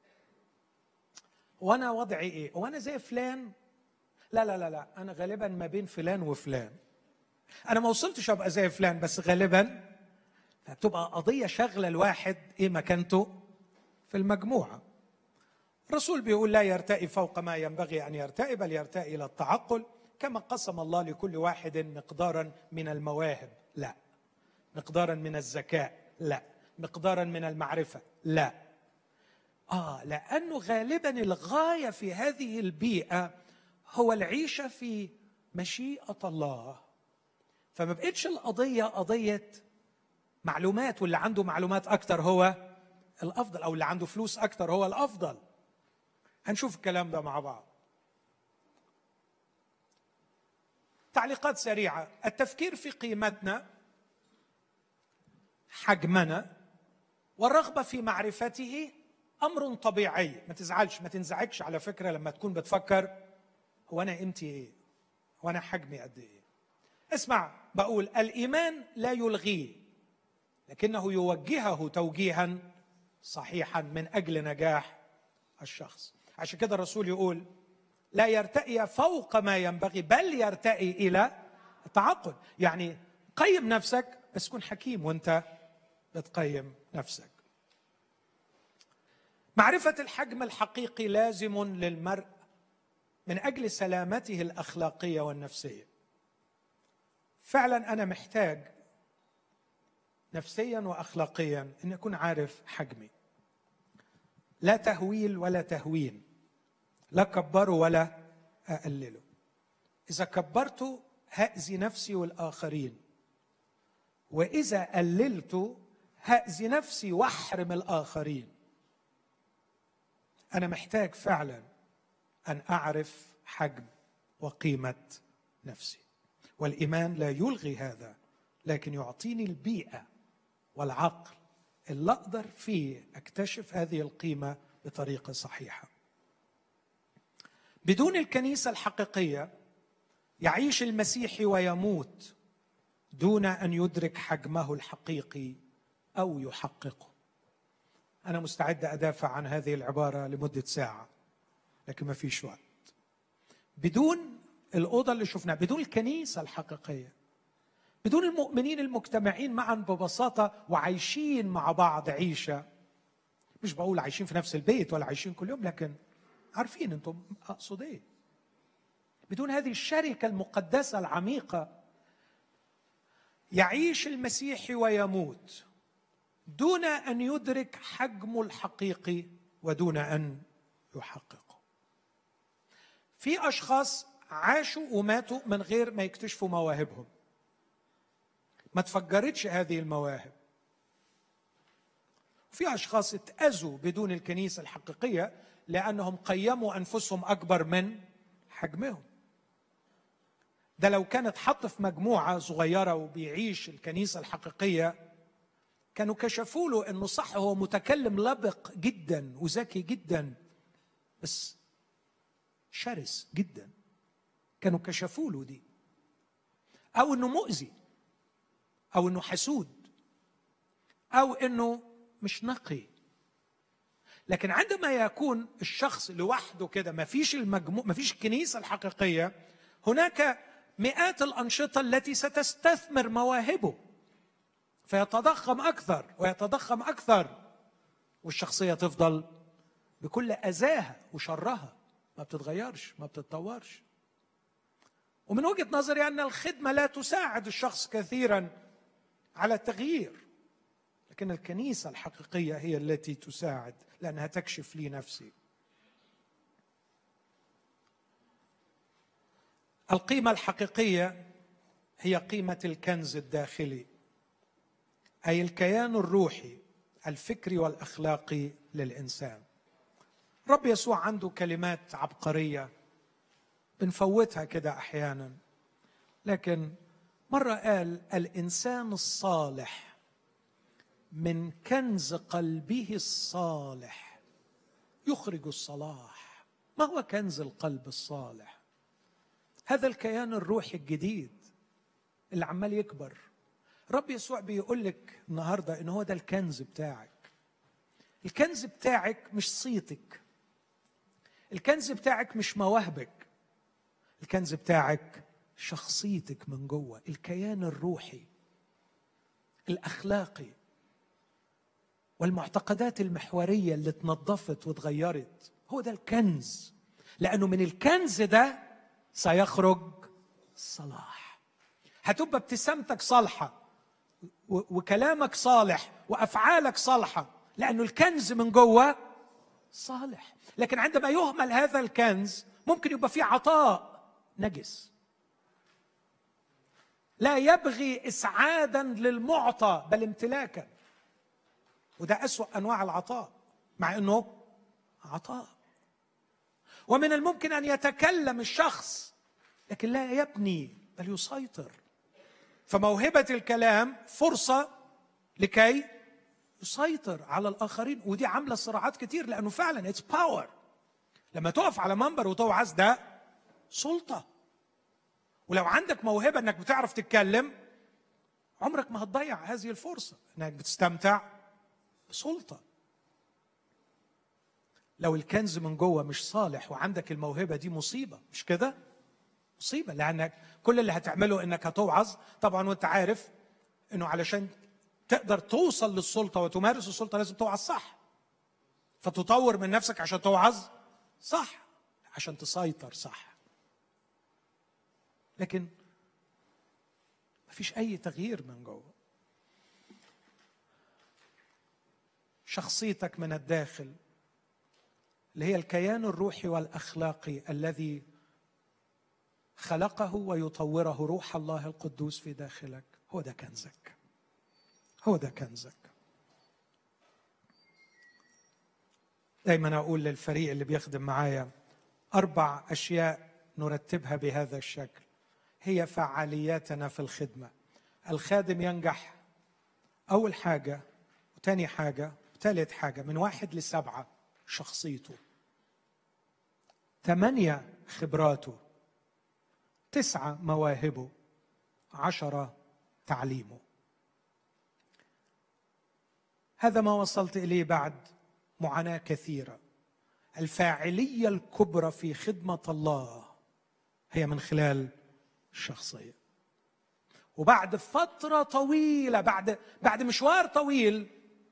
وأنا وضعي إيه؟ وأنا زي فلان؟ لا لا لا لا، أنا غالبا ما بين فلان وفلان. أنا ما وصلتش أبقى زي فلان، بس غالبا فبتبقى قضية شغلة الواحد إيه مكانته في المجموعة. الرسول بيقول لا يرتئي فوق ما ينبغي أن يرتئي، بل يرتئي إلى التعقل، كما قسم الله لكل واحد مقدارا من المواهب. لا. مقدارا من الذكاء؟ لا. مقدارا من المعرفة؟ لا. آه لأنه غالبا الغاية في هذه البيئة هو العيشة في مشيئة الله. فما بقتش القضية قضية معلومات، واللي عنده معلومات أكتر هو الأفضل، أو اللي عنده فلوس أكتر هو الأفضل. هنشوف الكلام ده مع بعض. تعليقات سريعة. التفكير في قيمتنا، حجمنا، والرغبة في معرفته أمر طبيعي. ما تزعلش، ما تنزعجش على فكرة لما تكون بتفكر هو أنا قيمتي إيه؟ هو أنا حجمي قد إيه؟ اسمع، بقول الإيمان لا يلغيه، لكنه يوجهه توجيها صحيحا من أجل نجاح الشخص. عشان كده الرسول يقول لا يرتئي فوق ما ينبغي، بل يرتئي إلى التعقل. يعني قيم نفسك، بس كن حكيم وانت بتقيم نفسك. معرفة الحجم الحقيقي لازم للمرء من أجل سلامته الأخلاقية والنفسية. فعلا أنا محتاج نفسيا وأخلاقيا أن أكون عارف حجمي، لا تهويل ولا تهوين، لا كبره ولا أقلله. إذا كبرته هأذي نفسي والآخرين، وإذا قللته هأذي نفسي واحرم الآخرين. أنا محتاج فعلا أن أعرف حجم وقيمة نفسي، والإيمان لا يلغي هذا، لكن يعطيني البيئة والعقل اللي أقدر فيه أكتشف هذه القيمة بطريقة صحيحة. بدون الكنيسة الحقيقية يعيش المسيحي ويموت دون أن يدرك حجمه الحقيقي أو يحققه. أنا مستعد أدافع عن هذه العبارة لمدة ساعة، لكن ما فيش وقت. بدون الأوضة اللي شفناها، بدون الكنيسة الحقيقية، بدون المؤمنين المجتمعين معا ببساطة وعايشين مع بعض عيشة، مش بقول عايشين في نفس البيت ولا عايشين كل يوم، لكن عارفين أنتم أقصد إيه. بدون هذه الشركة المقدسة العميقة يعيش المسيحي ويموت دون أن يدرك حجمه الحقيقي ودون أن يحققه. في أشخاص عاشوا وماتوا من غير ما يكتشفوا مواهبهم، ما تفجرتش هذه المواهب. في أشخاص اتأذوا بدون الكنيسة الحقيقية لأنهم قيموا أنفسهم أكبر من حجمهم. ده لو كانت حط في مجموعة صغيرة وبيعيش الكنيسة الحقيقية كانوا كشفوا له أنه صح، هو متكلم لبق جدا وذكي جدا بس شرس جدا، كانوا كشفوا له دي، أو أنه مؤذي، أو أنه حسود، أو أنه مش نقي. لكن عندما يكون الشخص لوحده كده، ما فيش المجموع، ما فيش الكنيسة الحقيقية، هناك مئات الأنشطة التي ستستثمر مواهبه فيتضخم أكثر ويتضخم أكثر، والشخصية تفضل بكل أذاها وشرها، ما بتتغيرش، ما بتتطورش. ومن وجهة نظري أن الخدمة لا تساعد الشخص كثيرا على التغيير، لكن الكنيسة الحقيقية هي التي تساعد، لأنها تكشف لي نفسي. القيمة الحقيقية هي قيمة الكنز الداخلي، أي الكيان الروحي الفكري والأخلاقي للإنسان. رب يسوع عنده كلمات عبقرية بنفوتها كده أحيانا، لكن مرة قال: الإنسان الصالح من كنز قلبه الصالح يخرج الصلاح. ما هو كنز القلب الصالح؟ هذا الكيان الروحي الجديد اللي عمال يكبر. رب يسوع بيقول لك النهارده ان هو ده الكنز بتاعك. الكنز بتاعك مش صيتك، الكنز بتاعك مش مواهبك، الكنز بتاعك شخصيتك من جوه، الكيان الروحي الأخلاقي والمعتقدات المحورية اللي اتنظفت واتغيرت. هو ده الكنز، لأنه من الكنز ده سيخرج الصلاح. هتبقى ابتسامتك صالحة وكلامك صالح وأفعالك صالحة، لأنه الكنز من جوه صالح. لكن عندما يهمل هذا الكنز ممكن يبقى فيه عطاء نجس، لا يبغي إسعادا للمعطى بل امتلاكا، وده أسوأ أنواع العطاء مع أنه عطاء. ومن الممكن أن يتكلم الشخص لكن لا يبني بل يسيطر. فموهبة الكلام فرصة لكي يسيطر على الآخرين، ودي عاملة صراعات كتير، لأنه فعلا it's power. لما تقف على منبر وتوعظ ده سلطة، ولو عندك موهبة أنك بتعرف تتكلم عمرك ما هتضيع هذه الفرصة أنك بتستمتع بسلطة. لو الكنز من جوه مش صالح وعندك الموهبة دي مصيبة، مش كده؟ مصيبة، لأنك كل اللي هتعمله أنك هتوعظ طبعا، وأنت عارف أنه علشان تقدر توصل للسلطة وتمارس السلطة لازم توعظ صح، فتطور من نفسك عشان توعظ صح. عشان تسيطر صح، لكن مفيش أي تغيير من جوه. شخصيتك من الداخل اللي هي الكيان الروحي والأخلاقي الذي خلقه ويطوره روح الله القدوس في داخلك، هو ده كنزك، هو ده كنزك. دايما أقول للفريق اللي بيخدم معايا أربع أشياء نرتبها بهذا الشكل هي فعالياتنا في الخدمة. الخادم ينجح أول حاجة، وتاني حاجة، وثالث حاجة، من واحد لسبعة شخصيته، ثمانية خبراته، تسعة مواهبه، عشرة تعليمه. هذا ما وصلت إليه بعد معاناة كثيرة. الفاعلية الكبرى في خدمة الله هي من خلال الشخصية. وبعد فترة طويلة، بعد بعد مشوار طويل،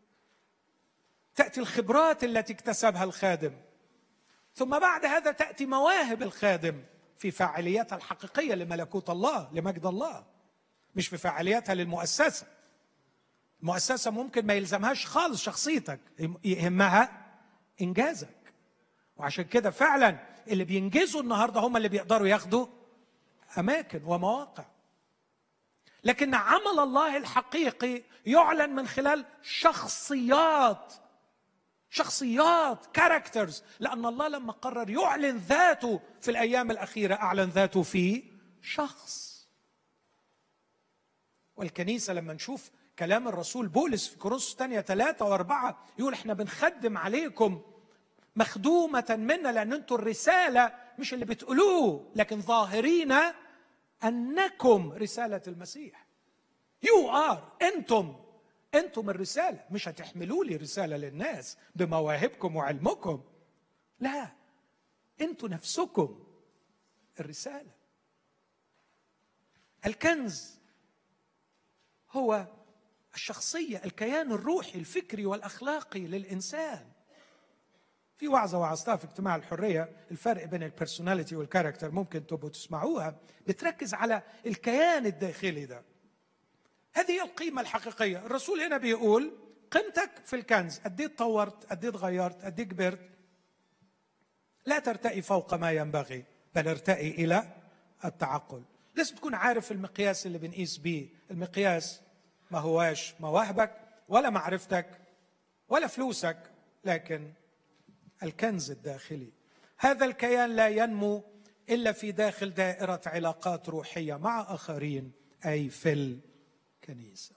تأتي الخبرات التي اكتسبها الخادم، ثم بعد هذا تأتي مواهب الخادم في فاعليتها الحقيقية لملكوت الله، لمجد الله، مش في فاعليتها للمؤسسة. المؤسسة ممكن ما يلزمهاش خالص شخصيتك، يهمها إنجازك. وعشان كده فعلا اللي بينجزوا النهاردة هم اللي بيقدروا ياخدوا أماكن ومواقع. لكن عمل الله الحقيقي يعلن من خلال شخصيات، شخصيات، كاركترز، لأن الله لما قرر يعلن ذاته في الأيام الأخيرة أعلن ذاته في شخص. والكنيسة لما نشوف كلام الرسول بولس في كورنثوس الثانية ثلاثة وأربعة يقول احنا بنخدم عليكم مخدومة منا، لأن انتم الرسالة مش اللي بتقولوه، لكن ظاهرين أنكم رسالة المسيح. You are، أنتم أنتم الرسالة. مش هتحملوا لي رسالة للناس بمواهبكم وعلمكم، لا، أنتم نفسكم الرسالة. الكنز هو الشخصية، الكيان الروحي الفكري والأخلاقي للإنسان. في وعظة وعظتها في اجتماع الحرية، الفرق بين البيرسوناليتي والكاركتر، ممكن تبقوا تسمعوها، بتركز على الكيان الداخلي ده. هذه هي القيمة الحقيقية. الرسول هنا بيقول قيمتك في الكنز، قد ايه اتطورت، قد ايه اتغيرت، قد ايه كبرت. لا ترتقي فوق ما ينبغي، بل ارتقي إلى التعقل. لازم تكون عارف المقياس اللي بنقيس بيه. المقياس ما هواش مواهبك ولا معرفتك ولا فلوسك، لكن الكنز الداخلي. هذا الكيان لا ينمو إلا في داخل دائرة علاقات روحية مع آخرين، أي في الكنيسة.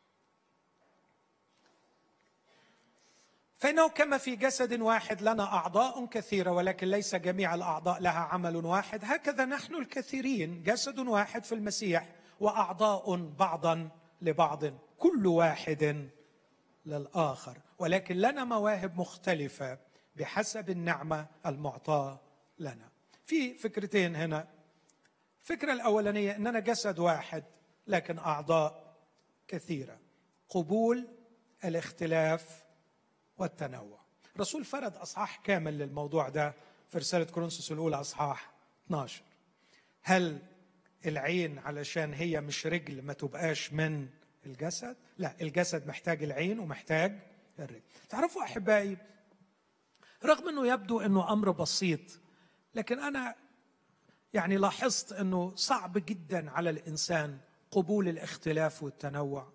فإنه كما في جسد واحد لنا أعضاء كثيرة ولكن ليس جميع الأعضاء لها عمل واحد، هكذا نحن الكثيرين جسد واحد في المسيح وأعضاء بعضا لبعض، كل واحد للآخر، ولكن لنا مواهب مختلفة بحسب النعمة المعطاة لنا. في فكرتين هنا. الفكرة الأولانية أننا جسد واحد لكن أعضاء كثيرة. قبول الاختلاف والتنوع. الرسول فرد أصحاح كامل للموضوع ده في رسالة كورنثوس الأولى أصحاح اثناشر. هل العين علشان هي مش رجل ما تبقاش من الجسد؟ لا، الجسد محتاج العين ومحتاج الرجل. تعرفوا أحبائي، رغم أنه يبدو أنه أمر بسيط، لكن أنا يعني لاحظت أنه صعب جدا على الإنسان قبول الاختلاف والتنوع.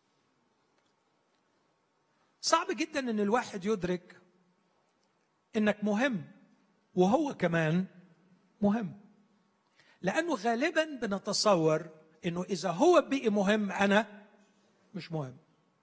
صعب جدا أن الواحد يدرك أنك مهم وهو كمان مهم، لأنه غالبا بنتصور أنه إذا هو بقي مهم أنا مش مهم.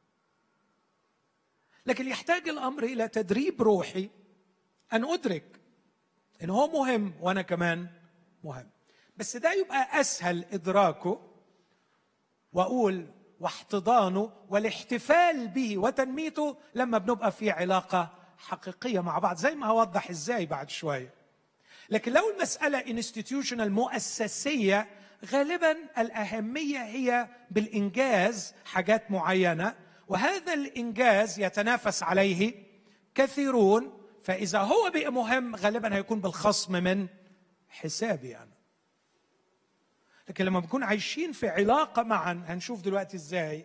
لكن يحتاج الأمر إلى تدريب روحي أن أدرك أنه هو مهم وأنا كمان مهم. بس ده يبقى أسهل إدراكه وأقول واحتضانه والاحتفال به وتنميته لما بنبقى في علاقة حقيقية مع بعض، زي ما هوضح إزاي بعد شوية. لكن لو المسألة انستيتيوشنال مؤسسية، غالبا الأهمية هي بالإنجاز حاجات معينة، وهذا الإنجاز يتنافس عليه كثيرون، فإذا هو بقى مهم غالبا هيكون بالخصم من حسابي أنا. لكن لما بنكون عايشين في علاقة معا، هنشوف دلوقتي إزاي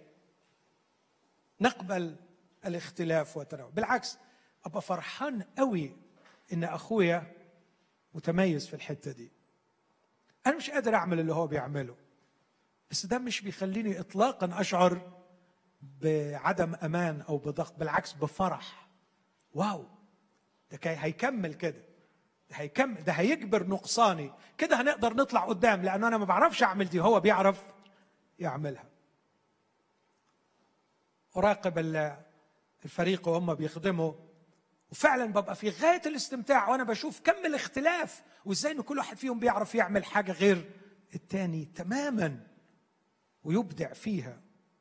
نقبل الاختلاف والتنوع. بالعكس أبقى فرحان قوي إن أخويا متميز في الحتة دي. أنا مش قادر أعمل اللي هو بيعمله، بس ده مش بيخليني إطلاقا أشعر بعدم أمان أو بضغط، بالعكس بفرح. واو، ده هيكمل كده، ده هيكمل، ده هيجبر نقصاني كده، هنقدر نطلع قدام، لأنه أنا ما بعرفش أعمل دي، هو بيعرف يعملها. أراقب الفريق وهم بيخدموا، وفعلا ببقى في غاية الاستمتاع وأنا بشوف كم الاختلاف، وإزاي إن كل واحد فيهم بيعرف يعمل حاجة غير التاني تماما ويبدع فيها.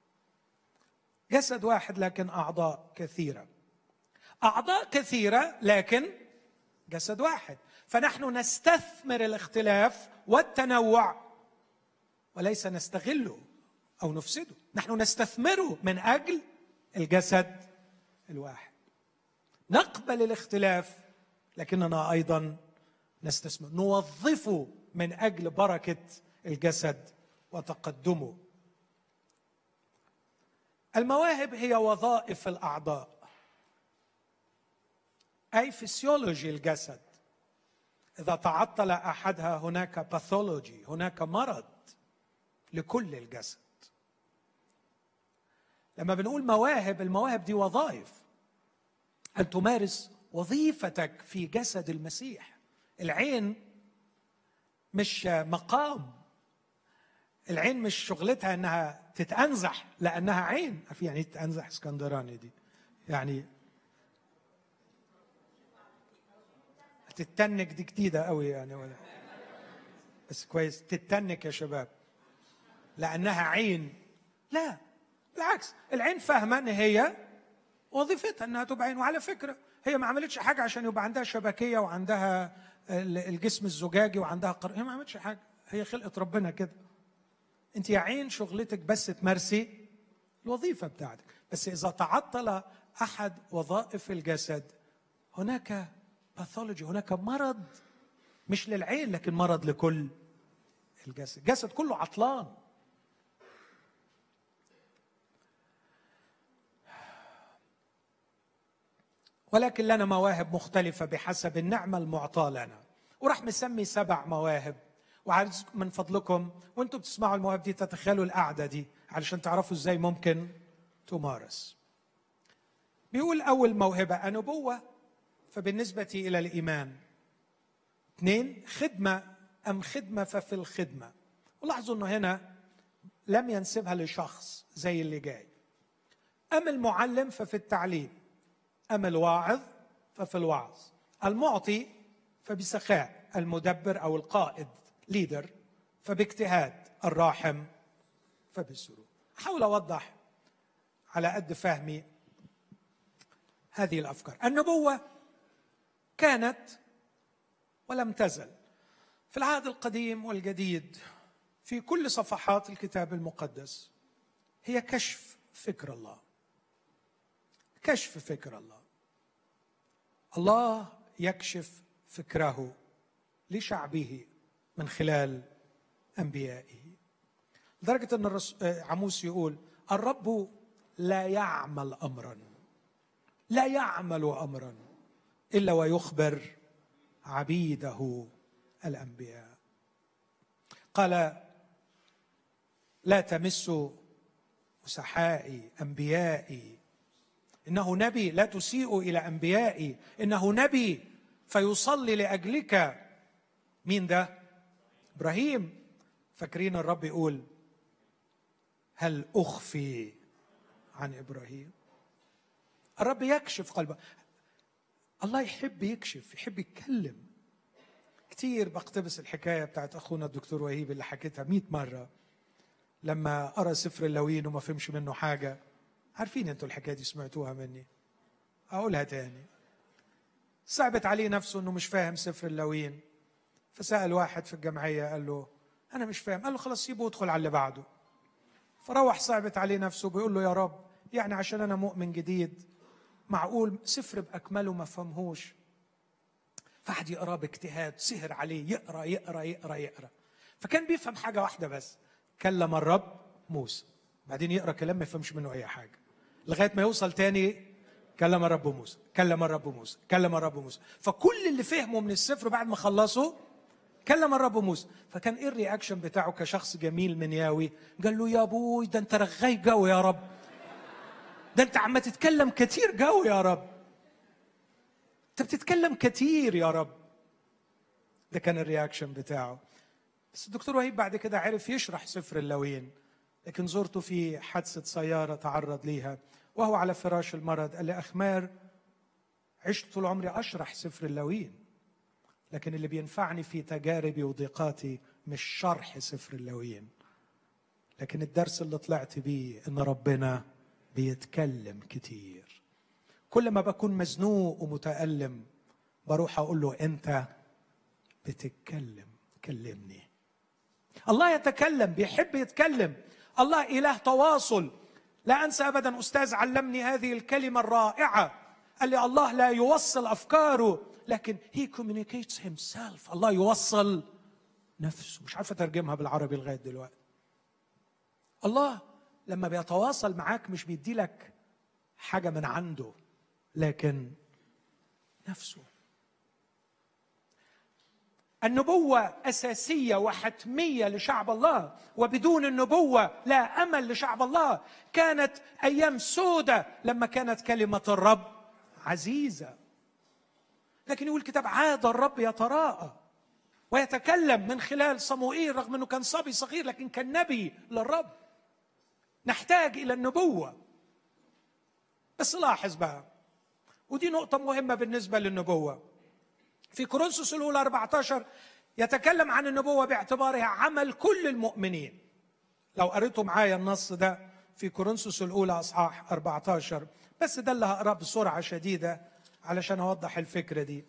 جسد واحد لكن أعضاء كثيرة، أعضاء كثيرة لكن جسد واحد. فنحن نستثمر الاختلاف والتنوع وليس نستغله أو نفسده، نحن نستثمره من أجل الجسد الواحد. نقبل الاختلاف لكننا أيضا نستثمر، نوظفه من أجل بركة الجسد وتقدمه. المواهب هي وظائف الأعضاء، أي فسيولوجي الجسد. إذا تعطل أحدها هناك باثولوجي، هناك مرض لكل الجسد. لما بنقول مواهب، المواهب دي وظائف، أن تمارس وظيفتك في جسد المسيح. العين مش مقام، العين مش شغلتها أنها تتأنزح لأنها عين. عارفين يعني تتأنزح؟ اسكندراني دي يعني تتنك، دي جديدة قوي يعني، ولا بس كويس. تتنك يا شباب لأنها عين؟ لا، بالعكس، العين فاهمة أن هي وظيفتها أنها تبقى عين. وعلى فكرة هي ما عملتش حاجة عشان يبقى عندها شبكية وعندها الجسم الزجاجي وعندها قر... هي ما عملتش حاجة، هي خلقت ربنا كده. أنت يا عين شغلتك بس تمارسي الوظيفة بتاعتك. بس إذا تعطل أحد وظائف الجسد هناك باثولوجي، هناك مرض، مش للعين لكن مرض لكل الجسد. الجسد كله عطلان. ولكن لنا مواهب مختلفة بحسب النعمة المعطاة لنا، وراح مسمي سبع مواهب. وعايز من فضلكم وانتم بتسمعوا المواهب دي تتخيلوا القعدة دي علشان تعرفوا ازاي ممكن تمارس. بيقول أول موهبة النبوة، فبالنسبة إلى الإيمان. اثنين، خدمة أم خدمة ففي الخدمة. ولاحظوا أنه هنا لم ينسبها لشخص زي اللي جاي. أم المعلم ففي التعليم، أم الواعظ ففي الوعظ، المعطي فبسخاء، المدبر أو القائد ليدر فباجتهاد، الراحم فبالسرور. أحاول أوضح على قد فهمي هذه الأفكار. النبوة كانت ولم تزل في العهد القديم والجديد في كل صفحات الكتاب المقدس هي كشف فكر الله، كشف فكر الله. الله يكشف فكره لشعبه من خلال أنبيائه، لدرجة أن عموس يقول الرب لا يعمل أمرا، لا يعمل أمرا إلا ويخبر عبيده الأنبياء. قال لا تمسوا مسحائي أنبيائي، إنه نبي لا تسيئوا إلى أنبيائي، إنه نبي فيصلي لأجلك. مين ده؟ إبراهيم. فاكرين الرب يقول هل أخفي عن إبراهيم؟ الرب يكشف قلبه. الله يحب يكشف، يحب يتكلم. كتير بقتبس الحكاية بتاعت أخونا الدكتور وهيب اللي حكيتها مئة مرة لما قرأ سفر اللاويين وما فهمش منه حاجة. عارفين انتوا الحكاية دي، سمعتوها مني، أقولها تاني. صعبت عليه نفسه أنه مش فاهم سفر اللاويين، فسأل واحد في الجمعية قال له أنا مش فاهم. قال له خلاص سيبه وادخل على اللي بعده. فروح صعبت عليه نفسه بيقول له يا رب يعني عشان أنا مؤمن جديد معقول سفر بأكمله ما فهمهوش؟ فقعد يقراه باجتهاد، سهر عليه يقرا يقرا يقرا يقرا، فكان بيفهم حاجه واحده بس: كلم الرب موسى. بعدين يقرا كلام ما يفهمش منه اي حاجه، لغايه ما يوصل تاني كلم الرب موسى، كلم الرب موسى، كلم الرب موسى. فكل اللي فهمه من السفر بعد ما خلصه كلم الرب موسى. فكان ايه الرياكشن بتاعه كشخص جميل منياوي؟ قال له: يا ابوي ده انت رغاي جو يا رب، ده انت عم تتكلم كتير جو يا رب، انت بتتكلم كتير يا رب. ده كان الرياكشن بتاعه. بس الدكتور وهيب بعد كده عرف يشرح سفر اللاويين، لكن زرته في حادثة سيارة تعرض ليها وهو على فراش المرض. قال لي: أخ ماهر، عشت طول عمري أشرح سفر اللاويين، لكن اللي بينفعني في تجاربي وضيقاتي مش شرح سفر اللاويين، لكن الدرس اللي طلعت بيه إن ربنا بيتكلم كتير. كل ما بكون مزنوق ومتألم بروح أقول له: أنت بتتكلم، كلمني. الله يتكلم، بيحب يتكلم. الله إله تواصل. لا أنسى أبدا أستاذ علمني هذه الكلمة الرائعة، قال لي: الله لا يوصل أفكاره، لكن he communicates himself. الله يوصل نفسه. مش عارف أترجمها بالعربي لغاية دلوقتي. الله لما بيتواصل معاك مش بيدي لك حاجة من عنده، لكن نفسه. النبوة أساسية وحتمية لشعب الله، وبدون النبوة لا أمل لشعب الله. كانت أيام سودة لما كانت كلمة الرب عزيزة، لكن يقول الكتاب: عاد الرب يتراءى ويتكلم من خلال صموئيل، رغم أنه كان صبي صغير لكن كان نبي للرب. نحتاج إلى النبوة. بس لاحظ بقى، ودي نقطة مهمة بالنسبة للنبوة، في كورنثوس الأولى أربعة عشر يتكلم عن النبوة باعتبارها عمل كل المؤمنين. لو قريتوا معايا النص ده في كورنثوس الأولى أصحاح أربعة عشر، بس ده اللي هقراه بسرعة شديدة علشان أوضح الفكرة دي.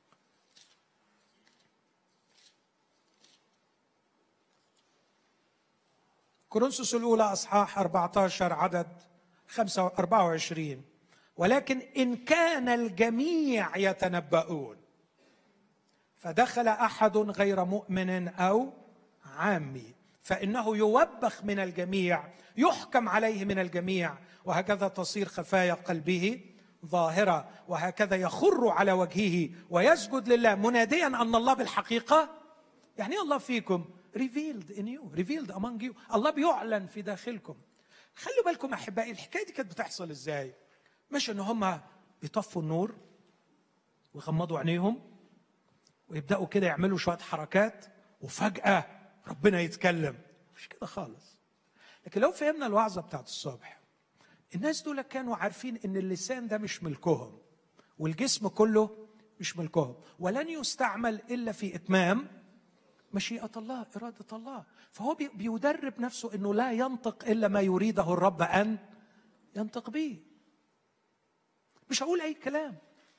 كورنثوس الأولى أصحاح أربعة عشر عدد خمسة أربعة وعشرين: ولكن إن كان الجميع يتنبؤون فدخل أحد غير مؤمن أو عامي فإنه يوبخ من الجميع، يحكم عليه من الجميع، وهكذا تصير خفايا قلبه ظاهرة، وهكذا يخر على وجهه ويسجد لله مناديا أن الله بالحقيقة. يعني الله فيكم revealed in you, revealed among you. الله بيعلن في داخلكم. خلوا بالكم أحبائي، الحكاية دي كانت بتحصل إزاي؟ مش إن هم بيطفوا النور ويغمضوا عينيهم ويبدأوا كده يعملوا شوية حركات وفجأة ربنا يتكلم. مش كده خالص. لكن لو فهمنا الوعظة بتاعت الصبح، الناس دول كانوا عارفين إن اللسان ده مش ملكهم والجسم كله مش ملكهم، ولن يستعمل إلا في إتمام مشيئة الله، إرادة الله. فهو بيدرب نفسه إنه لا ينطق إلا ما يريده الرب أن ينطق به. مش هقول أي كلام.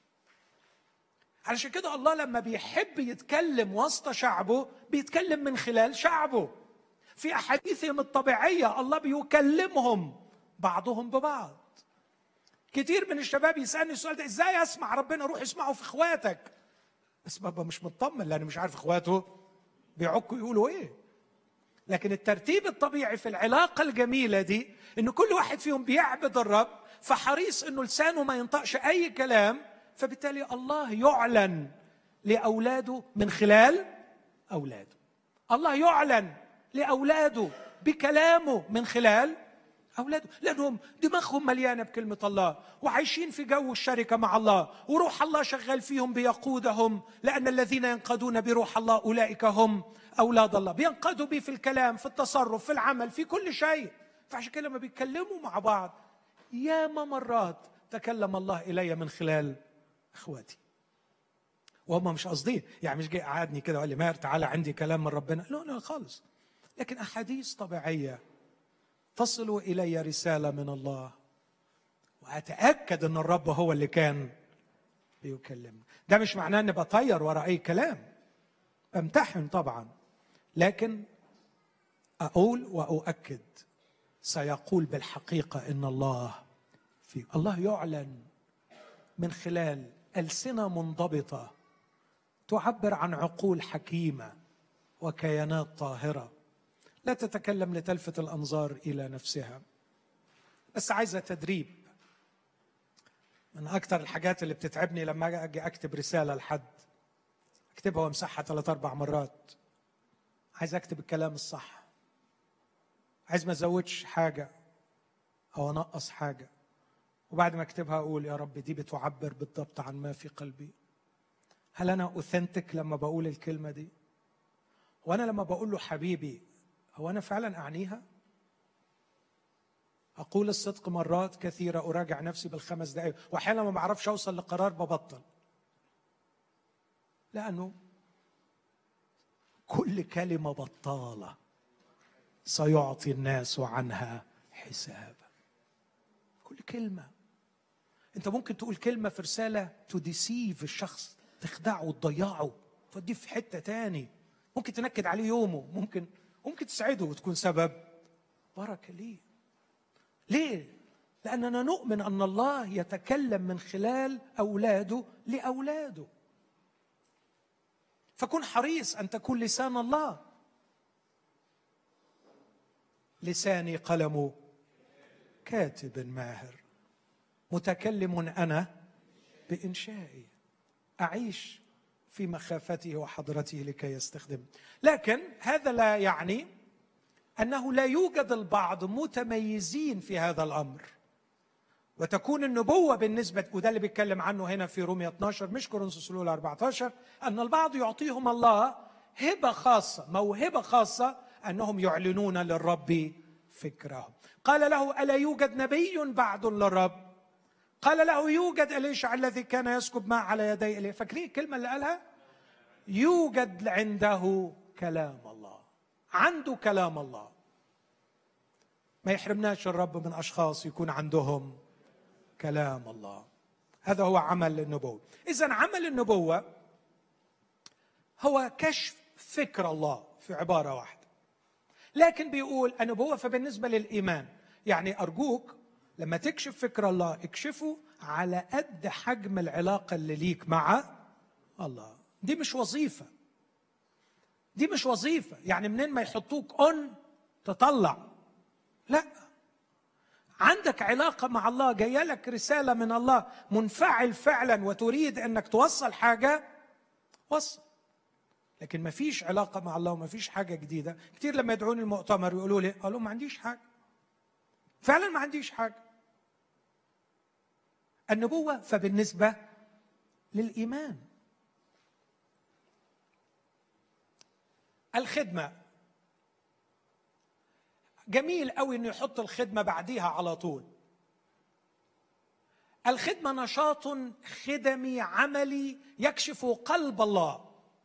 علشان كده الله لما بيحب يتكلم وسط شعبه بيتكلم من خلال شعبه. في أحاديثهم الطبيعية الله بيكلمهم بعضهم ببعض. كتير من الشباب يسألني السؤال ده: إزاي أسمع ربنا؟ روح اسمعه في إخواتك. بس بابا مش مطمن لأنه مش عارف إخواته بيعكوا يقولوا إيه. لكن الترتيب الطبيعي في العلاقة الجميلة دي إن كل واحد فيهم بيعبد الرب، فحريص إنه لسانه ما ينطقش أي كلام، فبالتالي الله يعلن لأولاده من خلال أولاده. الله يعلن لأولاده بكلامه من خلال أولاده، لأنهم دماغهم مليانة بكلمة الله وعايشين في جو الشركة مع الله، وروح الله شغال فيهم بيقودهم، لأن الذين ينقادون بروح الله أولئك هم أولاد الله. بينقادوا بيه في الكلام، في التصرف، في العمل، في كل شيء. فعشان كده لما بيتكلموا مع بعض، ياما مرات تكلم الله إلي من خلال إخواتي وهم مش قصدين، يعني مش جاي قعدني كده وقال لي: ماهر تعالى عندي كلام من ربنا. لا لا خالص، لكن أحاديث طبيعية تصل إلي رسالة من الله، وأتأكد أن الرب هو اللي كان بيكلمني. ده مش معناه أني بطير وراء أي كلام، أمتحن طبعا، لكن أقول وأؤكد سيقول بالحقيقة إن الله في. الله يعلن من خلال ألسنة منضبطة تعبر عن عقول حكيمة وكيانات طاهرة لا تتكلم لتلفت الأنظار إلى نفسها، بس عايزة تدريب. من أكثر الحاجات اللي بتتعبني لما أجي أكتب رسالة لحد، أكتبها وأمسحها ثلاث أربع مرات. عايز أكتب الكلام الصح، عايز ما أزودش حاجة أو أنقص حاجة، وبعد ما أكتبها أقول يا رب دي بتعبر بالضبط عن ما في قلبي. هل أنا أوثنتك لما بقول الكلمة دي؟ وأنا لما بقول له حبيبي هو أنا فعلا أعنيها؟ أقول الصدق مرات كثيرة، أراجع نفسي بالخمس دقائق، وأحيانا ما بعرفش أوصل لقرار ببطل، لأنه كل كلمة بطالة سيعطي الناس عنها حسابا. كل كلمة. أنت ممكن تقول كلمة في رسالة تديسيف الشخص، تخدعه وتضيعه، توديه في حتة تاني، ممكن تنكد عليه يومه، ممكن ممكن تسعده وتكون سبب بركة ليه. ليه؟ لأننا نؤمن أن الله يتكلم من خلال أولاده لأولاده. فكن حريص أن تكون لسان الله. لساني قلم كاتب ماهر، متكلم أنا بإنشائي، أعيش في مخافته وحضرته لكي يستخدم. لكن هذا لا يعني أنه لا يوجد البعض متميزين في هذا الأمر، وتكون النبوة بالنسبة، وده اللي بيتكلم عنه هنا في رومية اثني عشر مش كورنثوس الأولى أربعة عشر، أن البعض يعطيهم الله هبة خاصة، موهبة خاصة، أنهم يعلنون للرب فكرهم. قال له ألا يوجد نبي بعد للرب؟ قال له يوجد إليشع الذي كان يسكب ماء على يدي إليه. فاكرين الكلمة اللي قالها؟ يوجد عنده كلام الله، عنده كلام الله. ما يحرمناش الرب من أشخاص يكون عندهم كلام الله. هذا هو عمل النبوة. إذن عمل النبوة هو كشف فكر الله في عبارة واحدة. لكن بيقول النبوة فبالنسبة للإيمان، يعني أرجوك لما تكشف فكر الله اكشفه على قد حجم العلاقة اللي ليك مع الله. دي مش وظيفة، دي مش وظيفة يعني منين ما يحطوك أون تطلع، لا، عندك علاقة مع الله، جاية لك رسالة من الله، منفعل فعلا وتريد أنك توصل حاجة، وصل. لكن ما فيش علاقة مع الله وما فيش حاجة جديدة. كتير لما يدعوني المؤتمر يقولوا لي قالوا ما عنديش حاجة، فعلا ما عنديش حاجة. النبوة فبالنسبة للإيمان. الخدمة جميل قوي انه يحط الخدمة بعديها على طول. الخدمة نشاط خدمي عملي يكشف قلب الله.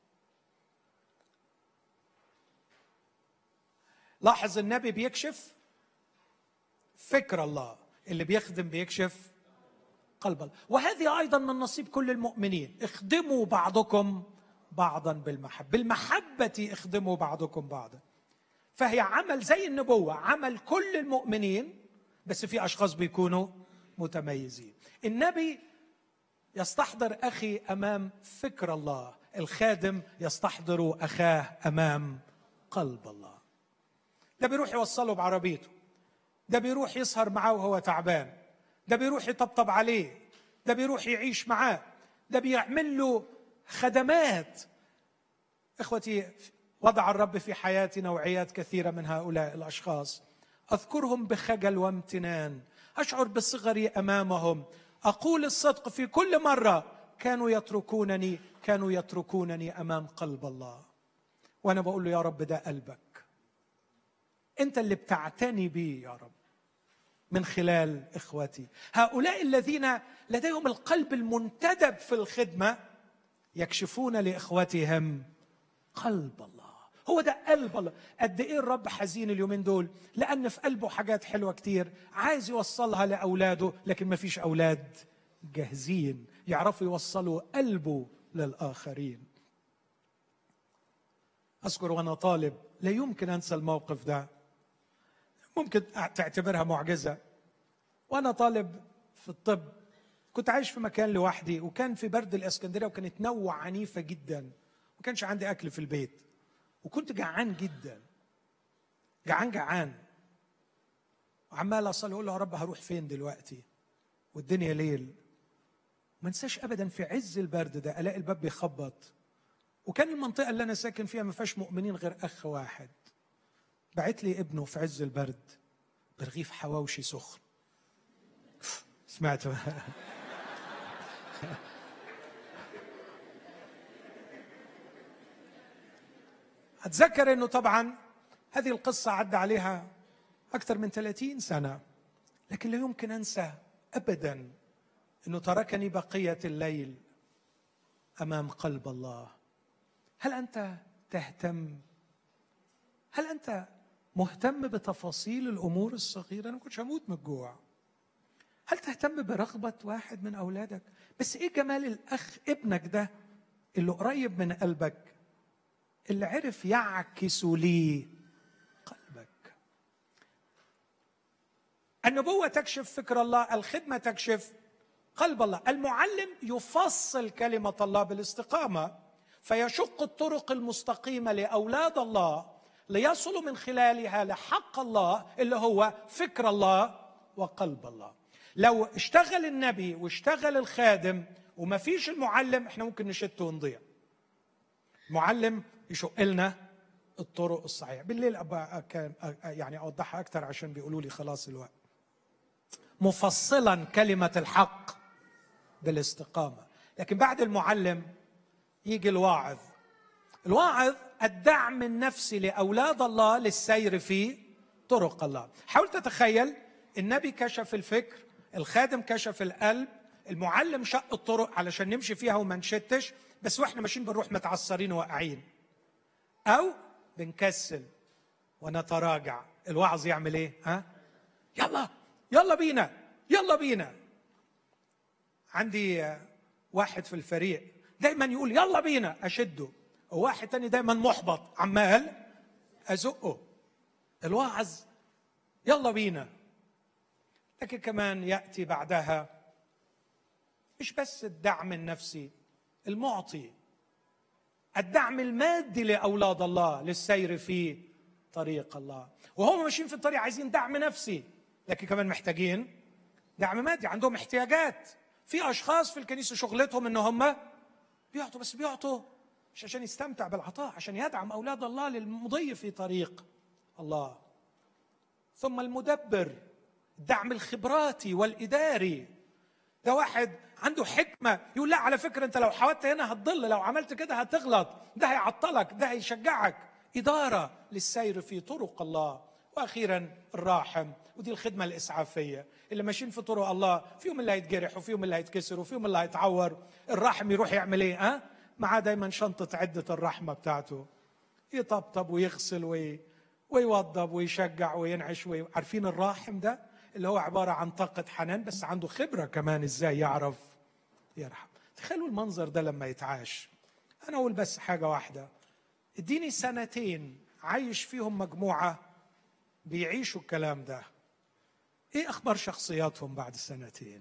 لاحظ النبي بيكشف فكر الله، اللي بيخدم بيكشف قلب الله. وهذه أيضا من نصيب كل المؤمنين. اخدموا بعضكم بعضا بالمحبة، بالمحبة اخدموا بعضكم بعضا. فهي عمل زي النبوة، عمل كل المؤمنين، بس في أشخاص بيكونوا متميزين. النبي يستحضر أخي أمام فكر الله، الخادم يستحضر أخاه أمام قلب الله. ده بيروح يوصله بعربيته، ده بيروح يسهر معاه وهو تعبان، ده بيروح يطبطب عليه، ده بيروح يعيش معاه، ده بيعمل له خدمات. إخوتي، وضع الرب في حياتي نوعيات كثيرة من هؤلاء الأشخاص، أذكرهم بخجل وامتنان، أشعر بصغري أمامهم، أقول الصدق في كل مرة كانوا يتركونني كانوا يتركونني أمام قلب الله. وأنا بقول له يا رب ده قلبك، أنت اللي بتعتني بي يا رب من خلال إخوتي هؤلاء الذين لديهم القلب المنتدب في الخدمة، يكشفون لإخوتهم قلب الله. هو ده قلب الله. قد إيه الرب حزين اليومين دول، لأن في قلبه حاجات حلوة كتير عايز يوصلها لأولاده، لكن ما فيش أولاد جاهزين يعرفوا يوصلوا قلبه للآخرين. أذكر وأنا طالب، لا يمكن أنسى الموقف ده، ممكن تعتبرها معجزة. وأنا طالب في الطب كنت عايش في مكان لوحدي، وكان في برد الاسكندريه، وكانت نوة عنيفه جدا، ما كانش عندي اكل في البيت، وكنت جعان جدا، جعان جعان وعمال اصلي اقول له يا رب هروح فين دلوقتي والدنيا ليل. ما انساش ابدا في عز البرد ده الاقي الباب بيخبط، وكان المنطقه اللي انا ساكن فيها ما فيهاش مؤمنين غير اخ واحد، بعت لي ابنه في عز البرد برغيف حواوشي سخن. سمعت؟ اتذكر انه طبعا هذه القصه عدى عليها اكثر من ثلاثين سنه، لكن لا يمكن انسى ابدا انه تركني بقيه الليل امام قلب الله. هل انت تهتم؟ هل انت مهتم بتفاصيل الامور الصغيره؟ انا ما كنتش هموت من الجوع. هل تهتم برغبه واحد من اولادك؟ بس ايه جمال الاخ ابنك ده اللي قريب من قلبك، اللي عرف يعكس لي قلبك. النبوة تكشف فكر الله، الخدمة تكشف قلب الله. المعلم يفصل كلمة الله بالاستقامة، فيشق الطرق المستقيمة لأولاد الله ليصلوا من خلالها لحق الله اللي هو فكر الله وقلب الله. لو اشتغل النبي واشتغل الخادم وما فيش المعلم، احنا ممكن نشت ونضيع. المعلم يشق لنا الطرق الصحيحة. بالليل أبقى يعني أوضحها أكثر عشان بيقولوا لي خلاص الوقت. مفصلا كلمة الحق بالاستقامة. لكن بعد المعلم يجي الواعظ. الواعظ الدعم النفسي لأولاد الله للسير في طرق الله. حاول تتخيل النبي كشف الفكر، الخادم كشف القلب، المعلم شق الطرق علشان نمشي فيها وما نشتش، بس واحنا ماشيين بنروح متعثرين وواقعين او بنكسل ونتراجع. الوعظ يعمل ايه؟ ها؟ يلا يلا بينا يلا بينا. عندي واحد في الفريق دايما يقول يلا بينا اشده، وواحد تاني دايما محبط عمال ازقه. الوعظ يلا بينا، لكن كمان ياتي بعدها مش بس الدعم النفسي، المعطي، الدعم المادي لأولاد الله للسير في طريق الله. وهم ماشيين في الطريق عايزين دعم نفسي، لكن كمان محتاجين دعم مادي، عندهم احتياجات. في أشخاص في الكنيسة شغلتهم إن هم بيعطوا، بس بيعطوا مش عشان يستمتع بالعطاء، عشان يدعم أولاد الله للمضي في طريق الله. ثم المدبر، الدعم الخبراتي والإداري. ده واحد عنده حكمة يقول لا على فكرة انت لو حاولت هنا هتضل، لو عملت كده هتغلط، ده هيعطلك، ده هيشجعك. إدارة للسير في طرق الله. وأخيرا الراحم، ودي الخدمة الإسعافية. اللي ماشيين في طرق الله فيهم اللي هيتجرح وفيهم اللي هيتكسر وفيهم اللي هيتعور. الراحم يروح يعمل ايه؟ ها؟ معاه دايما شنطة عدة الرحمة بتاعته، يطبطب ويغسل وي... ويوضب ويشجع وينعش وي... عارفين الراحم ده اللي هو عبارة عن طاقة حنان، بس عنده خبرة كمان ازاي يعرف يرحم. تخيلوا المنظر ده لما يتعاش. أنا أقول بس حاجة واحدة، اديني سنتين عايش فيهم مجموعة بيعيشوا الكلام ده، ايه أخبار شخصياتهم بعد سنتين؟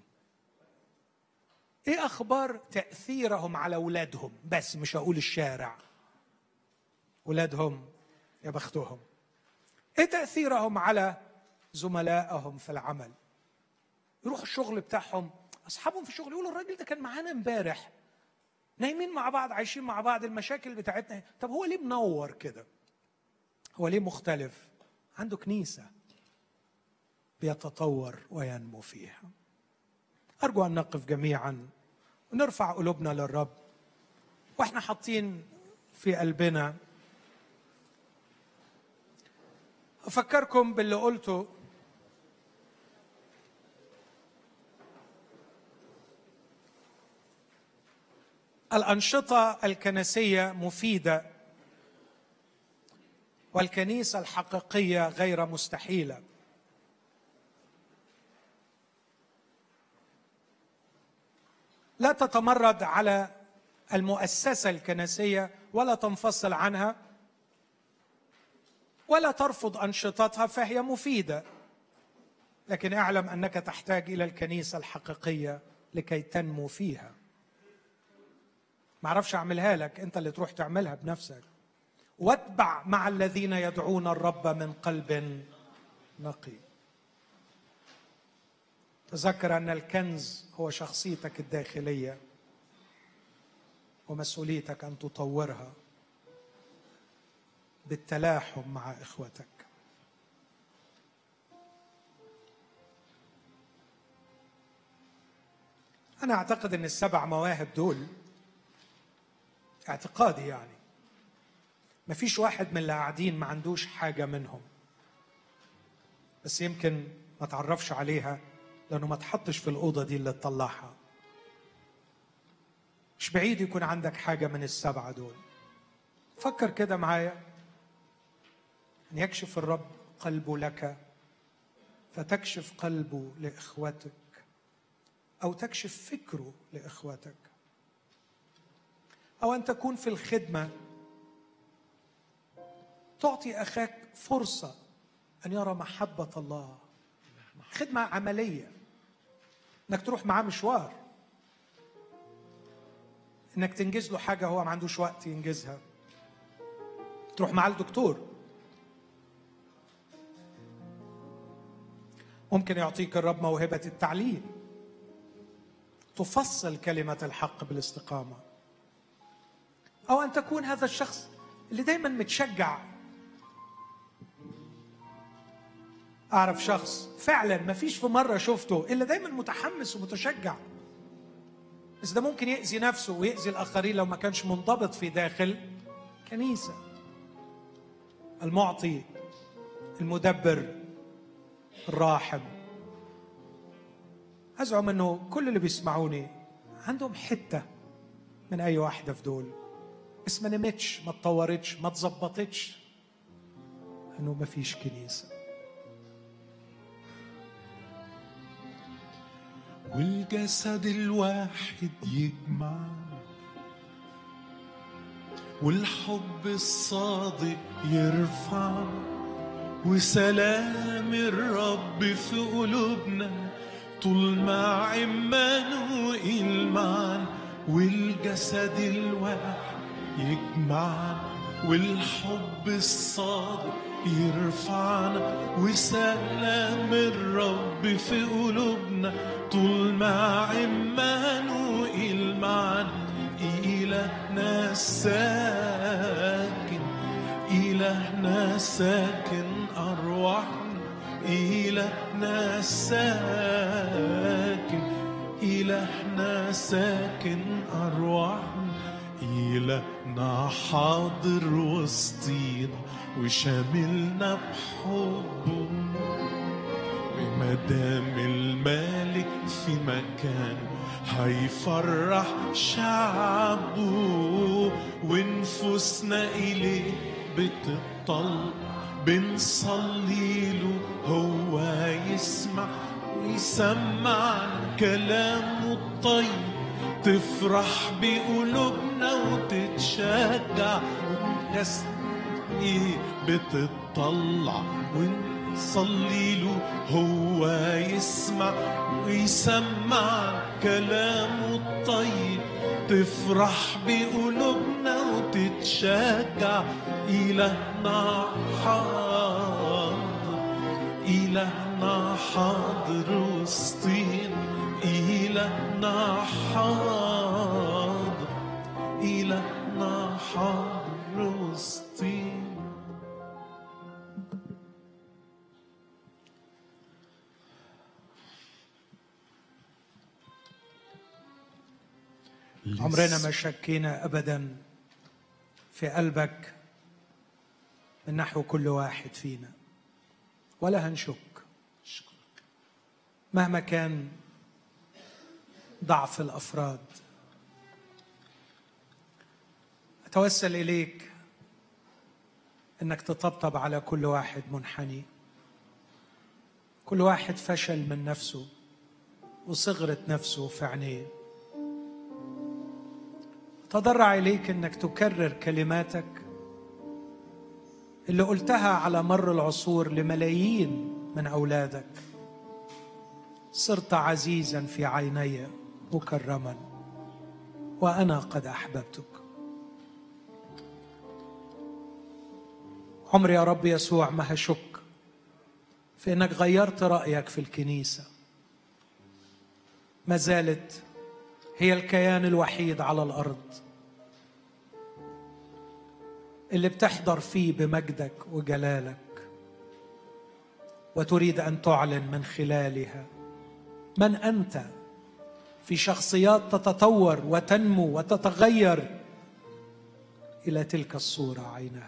ايه أخبار تأثيرهم على أولادهم؟ بس مش هقول الشارع، أولادهم يا بختهم. ايه تأثيرهم على زملائهم في العمل؟ يروحوا الشغل بتاعهم، اصحابهم في الشغل يقولوا الراجل ده كان معانا امبارح، نايمين مع بعض، عايشين مع بعض، المشاكل بتاعتنا. طب هو ليه منور كده؟ هو ليه مختلف؟ عنده كنيسة بيتطور وينمو فيها. أرجو أن نقف جميعا ونرفع قلوبنا للرب، واحنا حاطين في قلبنا. أفكركم باللي قلته، الأنشطة الكنسية مفيدة، والكنيسة الحقيقية غير مستحيلة. لا تتمرد على المؤسسة الكنسية ولا تنفصل عنها ولا ترفض أنشطتها، فهي مفيدة، لكن اعلم أنك تحتاج إلى الكنيسة الحقيقية لكي تنمو فيها. ما اعرفش اعملها لك، انت اللي تروح تعملها بنفسك. واتبع مع الذين يدعون الرب من قلب نقي. تذكر ان الكنز هو شخصيتك الداخليه، ومسؤوليتك ان تطورها بالتلاحم مع اخوتك. انا اعتقد ان السبع مواهب دول، اعتقادي يعني، مفيش واحد من اللي قاعدين ما عندوش حاجه منهم، بس يمكن ما تعرفش عليها لانه ما تحطش في الاوضه دي اللي تطلعها. مش بعيد يكون عندك حاجه من السبعه دول. فكر كده معايا، ان يكشف الرب قلبه لك فتكشف قلبه لاخوتك، او تكشف فكره لاخوتك، او ان تكون في الخدمه تعطي اخاك فرصه ان يرى محبه الله. خدمه عمليه، انك تروح معاه مشوار، انك تنجز له حاجه هو ما عندوش وقت ينجزها، تروح معاه الدكتور. ممكن يعطيك الرب موهبه التعليم، تفصل كلمه الحق بالاستقامه، او ان تكون هذا الشخص اللي دايما متشجع. اعرف شخص فعلا ما فيش في مره شفته الا دايما متحمس ومتشجع، بس ده ممكن يأذي نفسه ويأذي الآخرين لو ما كانش منضبط في داخل كنيسة. المعطي، المدبر، الراحم. أزعم أنه كل اللي بيسمعوني عندهم حتة من أي واحدة في دول، بس ما نمتش، ما اتطورتش، ما اتظبطتش، أنه ما فيش كنيسة. والجسد الواحد يجمعنا، والحب الصادق يرفعنا، وسلام الرب في قلوبنا طول ما عمانوئيل معنا. والجسد الواحد يجمعنا، والحب الصادق يرفعنا، وسلام الرب في قلوبنا طول ما عمانوئيل معنا. إلهنا ساكن، إلهنا ساكن أرواحنا، إلهنا ساكن، إلهنا ساكن أرواحنا. إلهنا حاضر وسطينا وشاملنا بحبه، ومدام الملك في مكانه هيفرح شعبه. ونفوسنا إليه بتطلع، بنصلي له هو يسمع ويسمعنا كلامه الطيب. تفرح بقلوبنا وتتشجع، ونفسنا بتطلع ونصلي له هو يسمع ويسمع كلامه الطيب. تفرح بقلوبنا وتتشجع. إلهنا حاضر، إلهنا حاضر وسطينا، إلهنا حاضر، إلهنا حاضر وسطينا. عمرنا ما شكينا أبدا في قلبك من نحو كل واحد فينا، ولا هنشك مهما كان ضعف الأفراد. أتوسل إليك أنك تطبطب على كل واحد منحني، كل واحد فشل من نفسه وصغرت نفسه في عينيه. تضرع إليك أنك تكرر كلماتك اللي قلتها على مر العصور لملايين من أولادك. صرت عزيزا في عيني، مكرما وأنا قد أحببتك. عمري يا رب يسوع ما هشك في أنك غيرت رأيك في الكنيسة. ما زالت هي الكيان الوحيد على الأرض اللي بتحضر فيه بمجدك وجلالك، وتريد أن تعلن من خلالها من أنت في شخصيات تتطور وتنمو وتتغير إلى تلك الصورة عينها.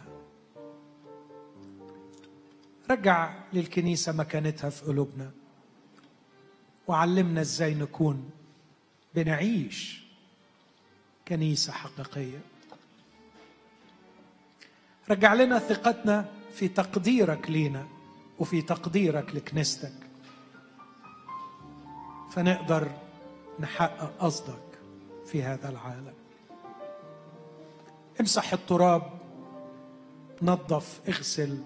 رجع للكنيسة مكانتها في قلوبنا، وعلمنا إزاي نكون بنعيش كنيسة حقيقية. رجع لنا ثقتنا في تقديرك لينا وفي تقديرك لكنيستك، فنقدر نحقق قصدك في هذا العالم. امسح التراب، نظف، اغسل،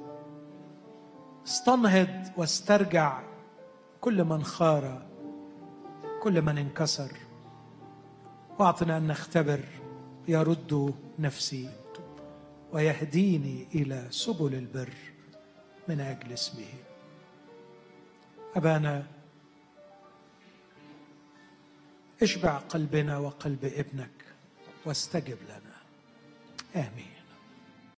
استنهض واسترجع كل من خار، كل من انكسر، واعطنا ان نختبر يرد نفسي ويهديني الى سبل البر من اجل اسمه. أبانا، اشبع قلبنا وقلب ابنك واستجب لنا. آمين.